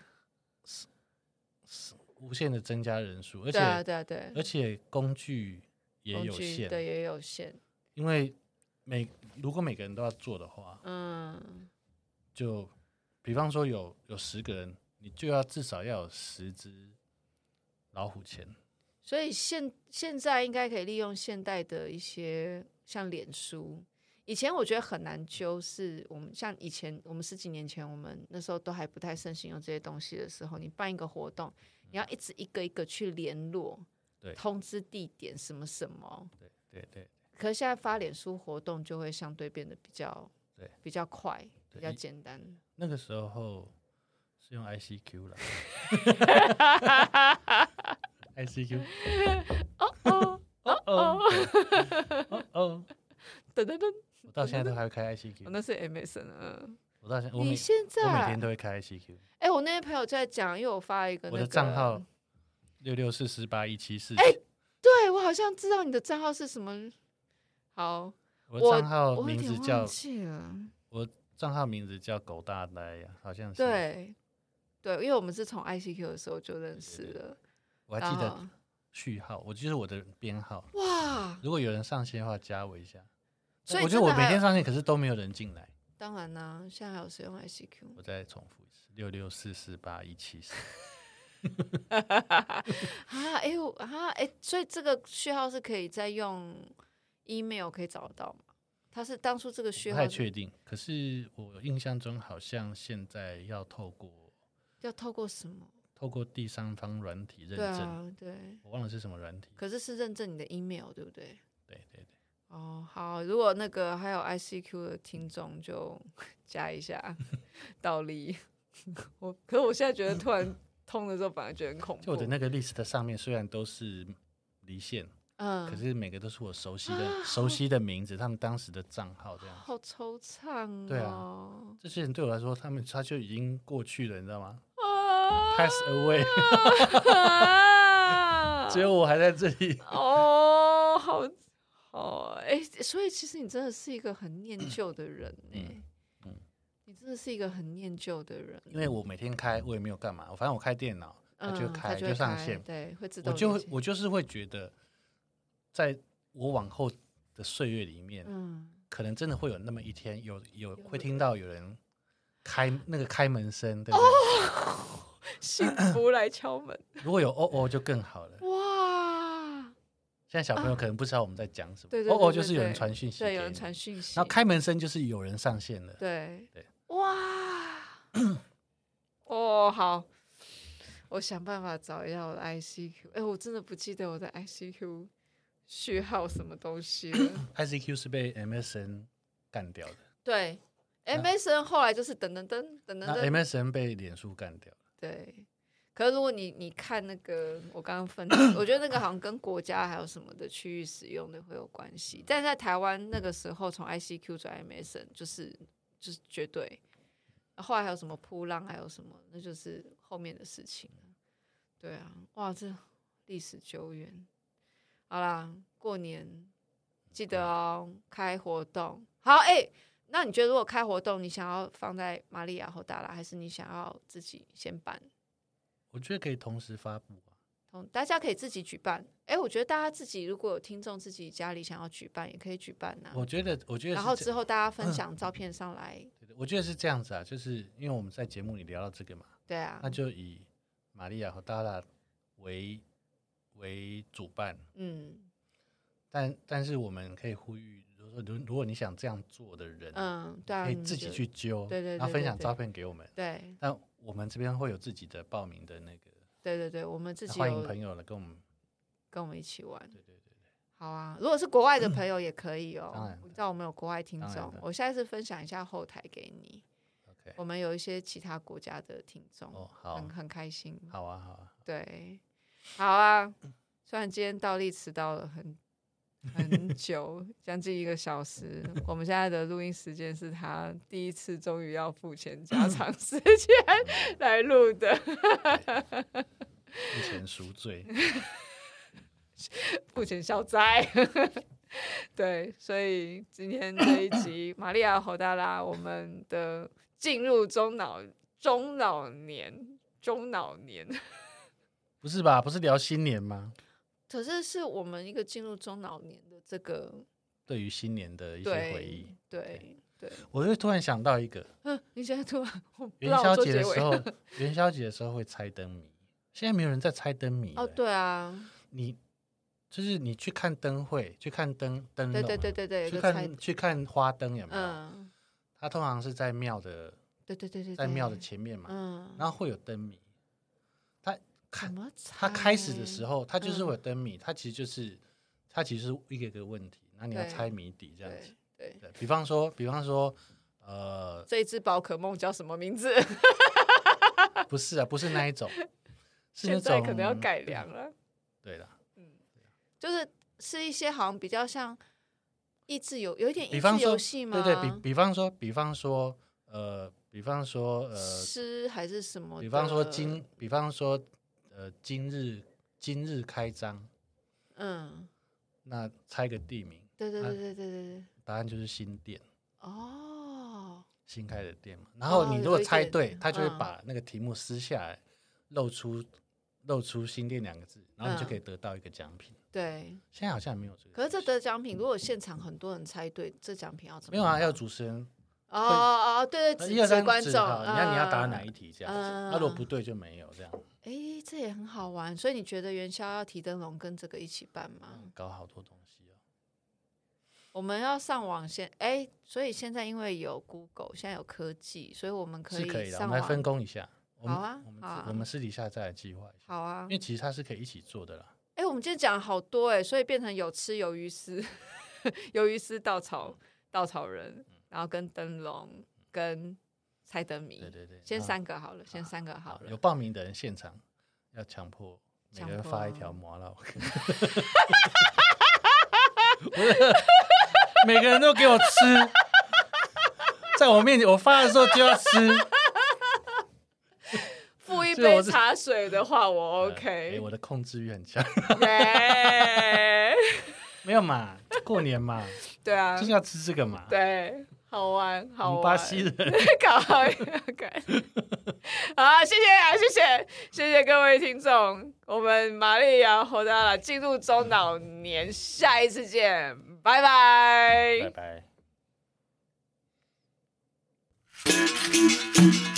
无限的增加人数，而且对啊对啊对， 而且工具也有限， 对也有限。 因为每如果每个人都要做的话，嗯，就比方说有有十个人，你就要至少要有十只。老虎钳， 所以现现在应该可以利用现代的一些像脸书，以前我觉得很难揪，是我们像以前我们十几年前，我们那时候都还不太盛行用这些东西的时候，你办一个活动，你要一直一个一个去联络， 对， 通知地点什么什么， 对对对。 可是现在发脸书活动就会相对变得比较对比较快，比较简单。 那个时候。是用 I C Q 了，I C Q， 哦哦哦哦哦哦， 噔噔噔， 我到现在都还会开 I C Q， 那是 M S N 啊。 我到现在， 你现在我每天都会开 I C Q。 哎、欸，我那些朋友在讲，因为我发了一个、那個、 我的账号六六四四八一七四。 哎，对我好像知道你的账号是什么。好， 我的账号名字叫我我账号名字叫狗大呆呀、啊，好像是。 对对，因为我们是从 I C Q 的时候就认识了。对对对， 我还记得序号，我就是我的编号。 哇！ 如果有人上线的话，加我一下。 所以我觉得我每天上线，可是都没有人进来。 当然啦、啊，现在还有谁用 I C Q？ 我再重复一次：六六四四八一七四。 啊，哎、欸，啊，哎、欸，所以这个序号是可以再用 email 可以找得到吗？他是当初这个序号不太确定，可是我印象中好像现在要透过要透过什么？ 透过第三方软体认证。 对啊，对， 我忘了是什么软体。 可是是认证你的 email 对不对？ 对对对。 哦，好，如果那个还有 I C Q 的听众就加一下倒立。我可是我现在觉得突然通的时候，反而觉得很恐怖。 就我的那个 list 上面虽然都是离线， 嗯， 可是每个都是我熟悉的、啊、熟悉的名字，他们当时的账号这样。 好惆怅哦。 对啊，这些人对我来说，他们他就已经过去了，你知道吗、 啊、 ？Pass away， 只有我还在这里。 哦，好。哦，哎，所以其实你真的是一个很念旧的人呢、嗯嗯。你真的是一个很念旧的人。 因为我每天开，我也没有干嘛，反正我开电脑，它就开、嗯、就, 就上线， 对，会自动。 我就我就是会觉得，在我往后的岁月里面，嗯，可能真的会有那么一天，有有会听到有人开那个开门声，对不对？ 哦，幸福来敲门。 如果有哦哦就更好了。 哇！ 现在小朋友可能不知道我们在讲什么， 对对对对对， 哦哦就是有人传讯息， 对，有人传讯息， 然后开门声就是有人上线了， 对对， 哇，哦好，我想办法找一下我的 I C Q， 哎，我真的不记得我的 I C Q 序号什么东西了。 I C Q 是被 M S N 干掉的， 对 ，M S N 后来就是等等等等等等 ，M S N 被脸书干掉了， 对。可是如果你你看那个我刚刚分我觉得那个好像跟国家还有什么的区域使用的会有关系，但在台湾那个时候从 I C Q 转 M S N 就是就是绝对，后来还有什么扑浪还有什么，那就是后面的事情。对啊，哇，这历史久远。好啦，过年记得哦，开活动。好，哎、欸，那你觉得如果开活动，你想要放在玛利亚或大拉，还是你想要自己先办？ 我觉得可以同时发布啊，大家可以自己举办。哎、欸，我觉得大家自己如果有听众自己家里想要举办，也可以举办啊。 我觉得，我觉得， 然后之后大家分享照片上来。 嗯、对对，我觉得是这样子啊，就是因为我们在节目里聊到这个嘛， 对啊， 那就以玛利亚和大拉为为主办，嗯，但但是我们可以呼吁，如果如果你想这样做的人， 嗯，对啊， 可以自己去揪， 对 对, 对, 对， 然后分享照片给我们， 对。 但我们这边会有自己的报名的那个， 对对对，我们自己欢迎朋友来跟我们跟我们一起玩， 对对对对， 好啊。如果是国外的朋友也可以哦， 当然， 我知道我们有国外听众，我下一次分享一下后台给你。 OK， 我们有一些其他国家的听众， 哦，好， 很很开心。 好啊，好啊， 对，好啊。虽然今天倒立迟到了很很久，将近一个小时。我们现在的录音时间是他第一次终于要付钱加长时间来录的， 付钱赎罪， 付钱消灾。对，所以今天这一集玛利亚侯大拉，我们的进入中老中老年中老年， 不是吧？不是聊新年吗？ 可是是我们一个进入中老年的这个对于新年的一些回忆。 对 对, 对， 我就突然想到一个， 嗯，你现在突然元宵节的时候，元宵节的时候会猜灯谜，现在没有人在猜灯谜了。 哦，对啊， 你就是你去看灯会，去看灯灯笼， 对对对对对， 去看去看花灯有没有？ 嗯， 它通常是在庙的， 对对对对， 在庙的前面嘛，嗯，然后会有灯谜。它怎么猜？ 它开始的时候，它就是会有灯谜，嗯，它其实就是它其实是一个一个问题，然后你要猜谜底这样子。 对，对， 对，比方说，比方说，呃， 这一只宝可梦叫什么名字？ 不是啊，不是那一种，是那种现在可能要改良了。 对了， 嗯，就是是一些好像比较像益智游，有一点益智游戏吗？ 对对，比比方说，比方说，呃，比方说，呃， 诗还是什么？ 比方说今，比方说，呃，今日今日开张，嗯，那猜个地名。 对对对对对对对， 答案就是新店。 哦， 新开的店嘛。然后你如果猜对， 哦、 他就会把那个题目撕下来，露出露出新店两个字，然后你就可以得到一个奖品。嗯、 对， 现在好像没有这个。 可是这得奖品，如果现场很多人猜对，这奖品要怎么？ 没有啊，要主持人。 哦哦哦，对对， 一二三， 观众， 你要你要答哪一题这样子， 那、 嗯、如果不对就没有这样。 哎，这也很好玩。所以你觉得元宵要提灯笼跟这个一起办吗？ 嗯、搞好多东西哦。 我们要上网先哎，所以现在因为有 Google， 现在有科技，所以我们可以是可以的。 上网， 我们来分工一下。 好啊， 我们、 啊、 我们私底下再来计划一下。 好啊， 因为其实它是可以一起做的啦。 哎，我们今天讲了好多哎，所以变成有吃鱿鱼丝、鱿鱼丝稻草稻草人，然后跟灯笼。跟猜灯谜， 对对对， 先三个好了，先三个好了。 有报名的人现场要强迫每个人发一条麻辣，每个人都给我吃，在我面前我发的时候就要吃。 付一杯茶水的话，我 OK。 欸、我的控制欲很强。没有嘛，过年嘛， 对啊， 就是要吃这个嘛。 对。好玩，好玩！ 巴西人搞好感，好，谢谢啊，谢谢，谢谢各位听众，我们玛丽亚侯达拉进入中老年，下一次见，拜拜， 拜拜。